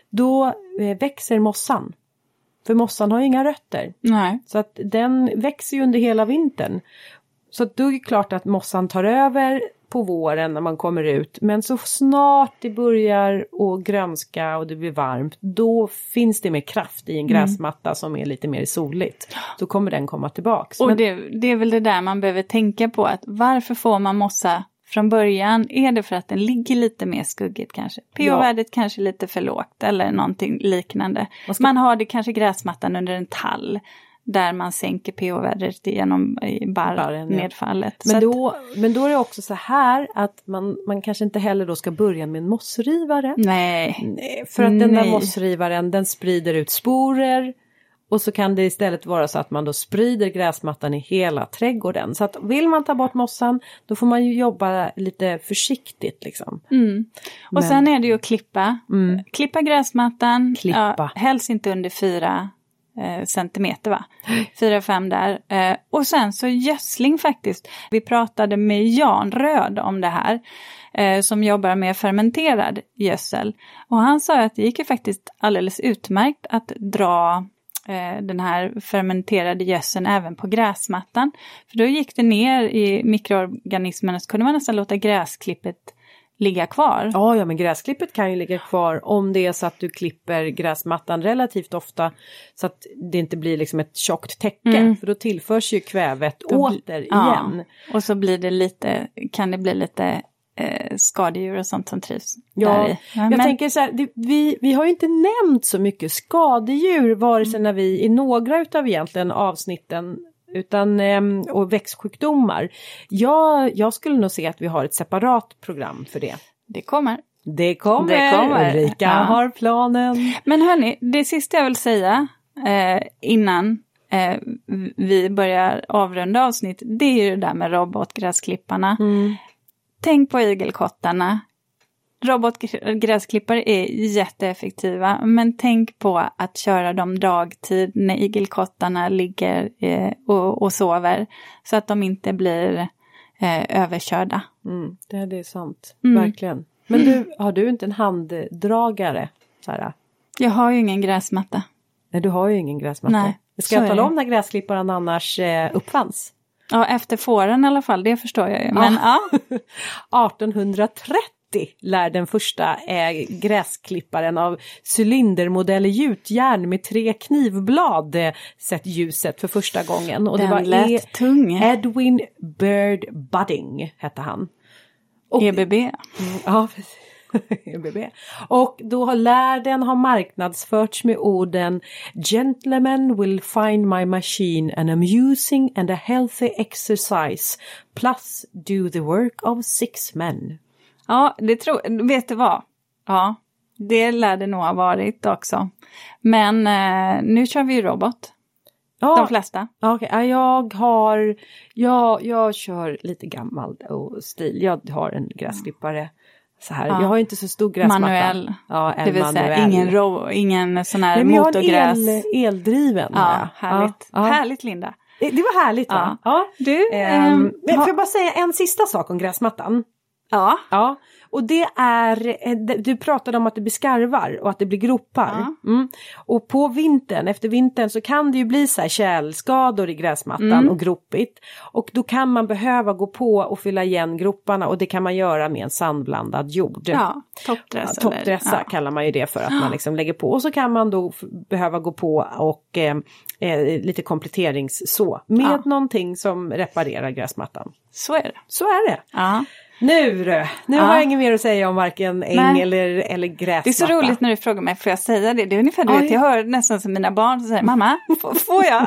då växer mossan. För mossan har ju inga rötter. Nej. Så att den växer ju under hela vintern. Så att då är det klart att mossan tar över på våren när man kommer ut. Men så snart det börjar att grönska och det blir varmt, då finns det mer kraft i en gräsmatta som är lite mer soligt. Då kommer den komma tillbaks. Och det är väl det där man behöver tänka på, att varför får man mossa från början? Är det för att den ligger lite mer skuggigt kanske? pH-värdet kanske lite för lågt eller någonting liknande. Man har det kanske gräsmattan under en tall där man sänker pH-värdet genom nedfallet. Men då är det också så här att man kanske inte heller då ska börja med en mossrivare. Nej. För att den där mossrivaren, den sprider ut sporer. Och så kan det istället vara så att man då sprider gräsmattan i hela trädgården. Så att vill man ta bort mossan, då får man ju jobba lite försiktigt liksom. Och sen är det ju att klippa. Klippa gräsmattan. Helst inte under 4 centimeter, va? 4-5 där. Och sen så gödsling faktiskt. Vi pratade med Jan Röd om det här. Som jobbar med fermenterad gödsel. Och han sa att det gick ju faktiskt alldeles utmärkt att dra den här fermenterade gödseln även på gräsmattan. För då gick det ner i mikroorganismerna, så kunde man nästan låta gräsklippet ligga kvar. Ja, men gräsklippet kan ju ligga kvar om det är så att du klipper gräsmattan relativt ofta så att det inte blir liksom ett tjockt täcke. För då tillförs ju kvävet åter igen. Och så blir det kan det bli lite skadedjur och sånt som trivs där i. Jag tänker så här, vi har ju inte nämnt så mycket skadedjur vare sig när vi i några utav egentligen avsnitten och växtsjukdomar. Jag skulle nog se att vi har ett separat program för det. Det kommer. Ulrika har planen. Men hörni, det sista jag vill säga innan vi börjar avrunda avsnitt, det är ju det där med robotgräsklipparna. Tänk på igelkottarna. Robotgräsklippare är jätteeffektiva, men tänk på att köra dem dagtid när igelkottarna ligger och sover, så att de inte blir överkörda. Det är sant, verkligen. Men har du inte en handdragare, Sara? Jag har ju ingen gräsmatta. Nej, du har ju ingen gräsmatta. Nej, ska jag tala om när gräsklipparen annars uppfanns? Ja, efter fåren i alla fall, det förstår jag ju. Men, 1830 lär den första gräsklipparen av cylindermodell i gjutjärn med 3 knivblad sett ljuset för första gången. Och den det var lät tung. Edwin Bird Budding hette han. Och EBB. Ja, precis. Och då lär den ha marknadsförts med orden "Gentlemen will find my machine an amusing and a healthy exercise, plus do the work of 6 men." Ja, vet du vad? Ja, det lär det nog ha varit också. Men nu kör vi ju robot. Ja, de flesta. Okay, jag kör lite gammal och stil. Jag har en gräsklippare. Så här. Jag har inte så stor gräsmatta. Manuell. Ja, det vill säga ingen sån här motorgräs. Jag har en eldriven. Ja, härligt. Ja. Härligt, Linda. Det var härligt, va? Ja. Du, får jag bara säga en sista sak om gräsmattan? Ja. Och det är, du pratade om att det blir skarvar och att det blir gropar. Och på efter vintern så kan det ju bli så här tjälskador i gräsmattan och gropigt. Och då kan man behöva gå på och fylla igen groparna, och det kan man göra med en sandblandad jord. Ja, toppdressa kallar man ju det för, att man liksom lägger på. Och så kan man då behöva gå på och lite kompletteringsså med någonting som reparerar gräsmattan. Så är det. Ja. Nu har jag inget mer att säga om varken äng eller gräsmatta. Det är så roligt när du frågar mig, får jag säga det? Det är ungefär det jag hör nästan som mina barn som säger, mamma, får jag?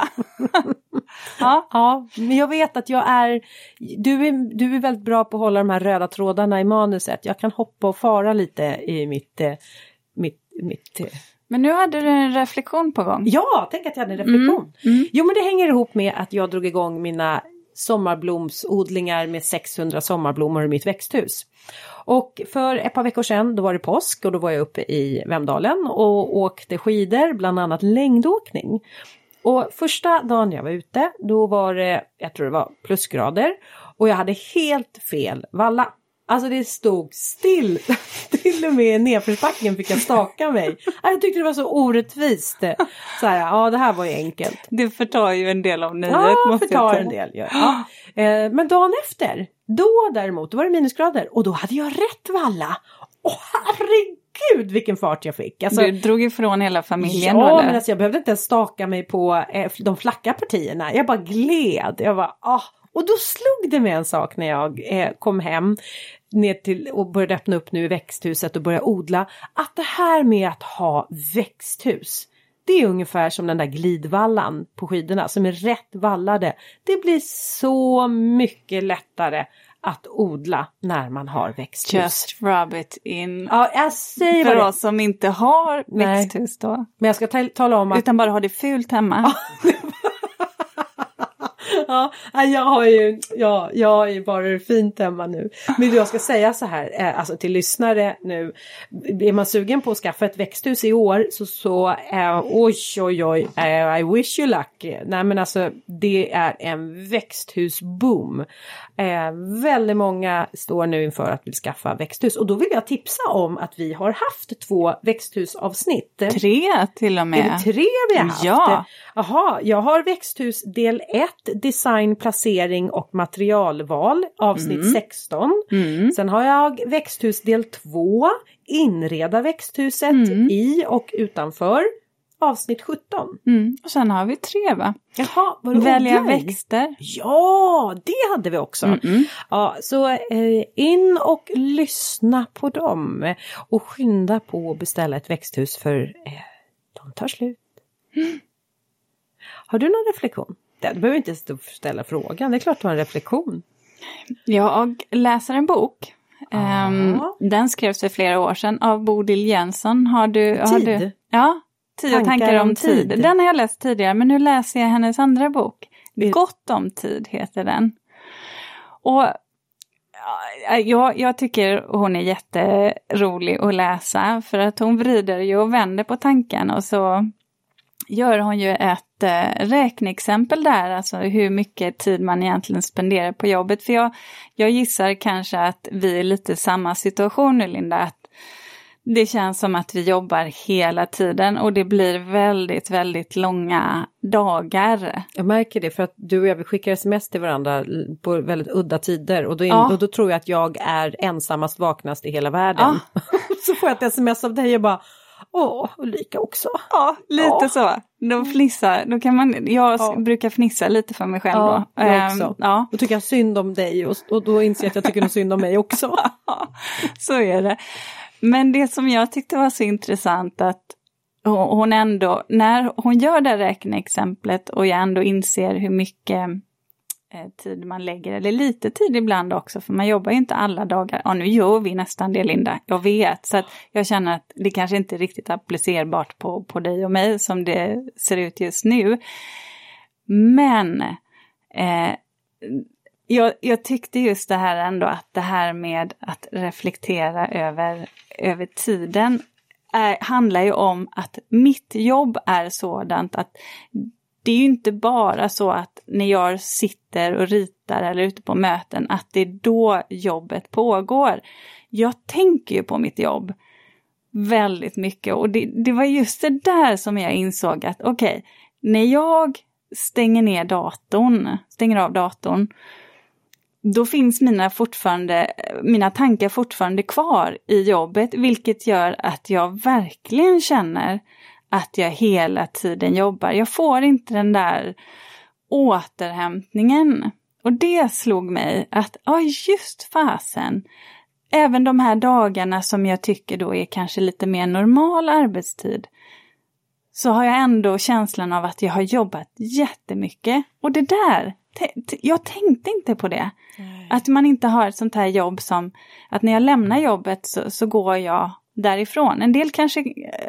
Ja, men jag vet att du är väldigt bra på att hålla de här röda trådarna i manuset. Jag kan hoppa och fara lite i mitt Men nu hade du en reflektion på gång. Ja, tänk att jag hade en reflektion. Jo, men det hänger ihop med att jag drog igång mina sommarblomsodlingar med 600 sommarblommor i mitt växthus. Och för ett par veckor sedan, då var det påsk och då var jag uppe i Vemdalen och åkte skidor, bland annat längdåkning. Och första dagen jag var ute, då var det, jag tror det var plusgrader och jag hade helt fel valla. Alltså det stod still, till och med i nedförsbacken fick jag staka mig. Jag tyckte det var så orättvist. Så här, ja det här var ju enkelt. Det förtar ju en del av nöjet. Ja, förtar en del. Ja. Men dagen efter, då däremot, då var det minusgrader. Och då hade jag rätt valla. Åh herregud vilken fart jag fick. Alltså, du drog ifrån hela familjen ja, då? Ja, men alltså, jag behövde inte ens staka mig på de flacka partierna. Jag bara gled. Jag var, Och då slog det med en sak när jag kom hem ner till och började öppna upp nu i växthuset och börja odla. Att det här med att ha växthus, det är ungefär som den där glidvallan på skidorna som är rätt vallade. Det blir så mycket lättare att odla när man har växthus. Just rub it in. Ja, jag säger för oss som inte har växthus då. Men jag ska tala om att... Utan bara ha det fult hemma. Ja, jag har ju bara det fint hemma nu. Men jag ska säga så här, alltså till lyssnare nu. Är man sugen på att skaffa ett växthus i år så oj, I wish you luck. Nej men alltså, det är en växthusboom. Väldigt många står nu inför att vill skaffa växthus. Och då vill jag tipsa om att vi har haft 2 växthusavsnitt. 3 till och med. Är det 3 vi har haft? Ja. Jaha, jag har växthus del 1, design, placering och materialval, avsnitt 16. Sen har jag växthus del 2, inreda växthuset i och utanför, avsnitt 17. Och sen har vi 3 va? Jaha, välja växter. Ja, det hade vi också. Ja, så in och lyssna på dem. Och skynda på att beställa ett växthus för de tar slut. Har du någon reflektion? Du behöver inte ställa frågan. Det är klart du har en reflektion. Jag läser en bok. Den skrevs för flera år sedan av Bodil Jönsson. Har du? Ja, 10 tankar om tid. Den har jag läst tidigare, men nu läser jag hennes andra bok. Gott om tid heter den. Och jag tycker hon är jätterolig att läsa. För att hon vrider ju och vänder på tanken. Och så gör hon ju ett räkneexempel där. Alltså hur mycket tid man egentligen spenderar på jobbet. För jag gissar kanske att vi är lite i samma situation nu, Linda. Att det känns som att vi jobbar hela tiden och det blir väldigt, väldigt långa dagar. Jag märker det för att du och jag vi skickar sms till varandra på väldigt udda tider. Och då tror jag att jag är ensammast vaknast i hela världen. Ja. Så får jag ett sms av dig och bara... Ulrika också. Ja, lite så. Då kan jag brukar fnissa lite för mig själv då. Jag också. Då tycker jag synd om dig och då inser jag att jag tycker synd om mig också. Så är det. Men det som jag tyckte var så intressant att hon ändå, när hon gör det räkneexemplet och jag ändå inser hur mycket tid man lägger, eller lite tid ibland också, för man jobbar ju inte alla dagar. Ja, nu gör vi nästan det, Linda, jag vet. Så att jag känner att det kanske inte är riktigt applicerbart på dig och mig som det ser ut just nu. Men jag tyckte just det här ändå, att det här med att reflektera över tiden handlar ju om att mitt jobb är sådant att det är ju inte bara så att när jag sitter och ritar eller ute på möten att det är då jobbet pågår. Jag tänker ju på mitt jobb väldigt mycket och det var just det där som jag insåg att okej, när jag stänger av datorn, då finns mina tankar fortfarande kvar i jobbet, vilket gör att jag verkligen känner att jag hela tiden jobbar. Jag får inte den där återhämtningen. Och det slog mig att, just fasen. Även de här dagarna som jag tycker då är kanske lite mer normal arbetstid. Så har jag ändå känslan av att jag har jobbat jättemycket. Och det där, jag tänkte inte på det. Nej. Att man inte har ett sånt här jobb som, att när jag lämnar jobbet så går jag därifrån. En del kanske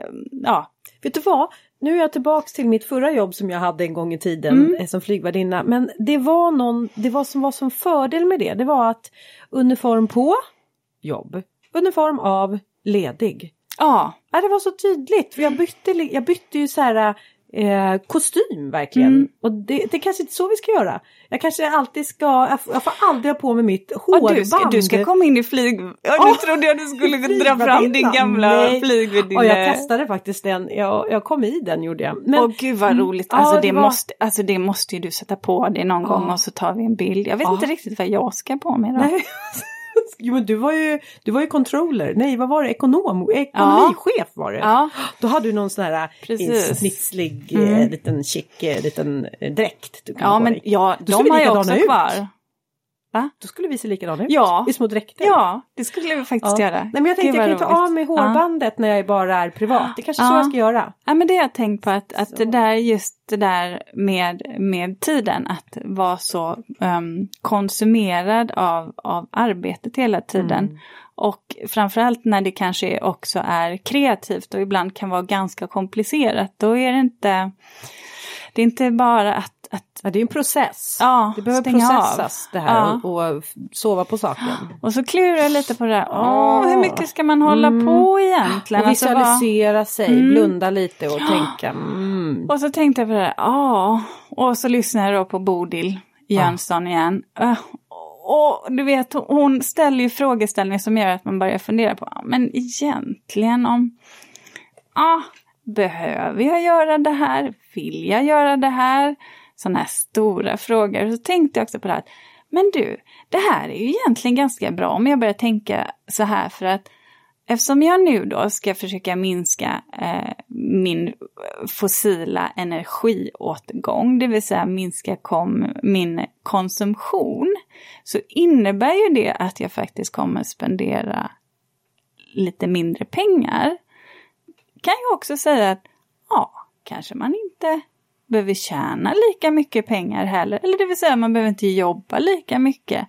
ja. Vet du vad? Nu är jag tillbaks till mitt förra jobb som jag hade en gång i tiden som flygvärdinna. Men det var som fördel med det. Det var att uniform på, jobb. Uniform av, ledig. Ja. Ja, det var så tydligt. För jag bytte ju så här kostym verkligen. Och det är kanske inte så vi ska göra. Jag kanske alltid jag får aldrig ha på mig mitt hårband. Du ska komma in i flyg. Nu trodde jag du skulle dra fram din gamla flygvärdinna. Ja, jag testade faktiskt den. Jag kom i den, gjorde jag. Men, gud vad roligt. Det måste ju du sätta på dig någon gång och så tar vi en bild. Jag vet inte riktigt vad jag ska på mig då. Nej. Jo, men du var ju controller. Nej, vad var det? Ekonomichef var det. Ja. Då hade du någon sån här snitslig liten chic liten dräkt. Du ja, men de har jag också kvar. Va? Då skulle vi se likadana ut. Ja. I små dräkter. Ja, det skulle vi faktiskt göra. Nej, men jag tänkte jag kan ta av mig hårbandet när jag bara är privat. Det är kanske så jag ska göra. Ja, men det har jag tänkt på att det där med tiden att vara så konsumerad av arbetet hela tiden. Och framförallt när det kanske också är kreativt och ibland kan vara ganska komplicerat. Då är det är inte bara att ja, det är en process. Ja, det behöver processas det här och sova på saken. Och så klurar jag lite på det här. Hur mycket ska man hålla på egentligen? Och visualisera sig, blunda lite och tänka. Och så tänkte jag på det här. Och så lyssnar jag då på Bodil Jönsson igen. Och du vet, hon ställer ju frågeställningar som gör att man börjar fundera på. Men egentligen behöver jag göra det här? Vill jag göra det här? Sådana här stora frågor. Så tänkte jag också på det här. Men du, det här är ju egentligen ganska bra om jag börjar tänka så här. För att eftersom jag nu då ska försöka minska min fossila energiåtgång. Det vill säga minska min konsumtion. Så innebär ju det att jag faktiskt kommer spendera lite mindre pengar. Kan jag också säga att kanske man inte behöver tjäna lika mycket pengar heller. Eller det vill säga man behöver inte jobba lika mycket.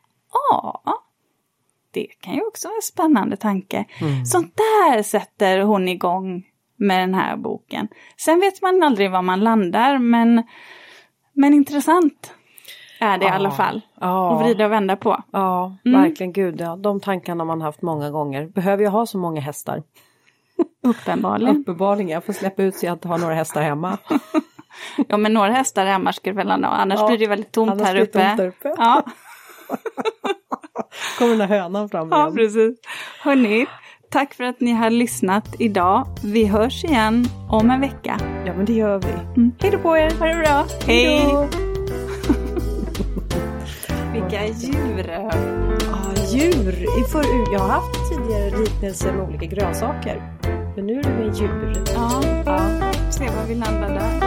Det kan ju också vara en spännande tanke. Sånt där sätter hon igång med den här boken. Sen vet man aldrig var man landar. Men intressant är det i alla fall. Och vrida och vända på. Ja, verkligen gud. Ja. De tankarna har man haft många gånger. Behöver jag ha så många hästar? Uppenbarligen. Jag får släppa ut så jag inte har några hästar hemma. Ja, men några hästar hemma ska du väl ha. Annars blir det väldigt tomt här uppe. Ja. Kommer den här hönan fram igen. Ja, precis. Hörrni, tack för att ni har lyssnat idag. Vi hörs igen om en vecka. Ja, men det gör vi. Hej då på er. Ha det bra. Hej. Vilka djur. Djur. Jag har haft tidigare liknelser med olika grönsaker. Men nu är det med djur. Ja. Se var vi landar där.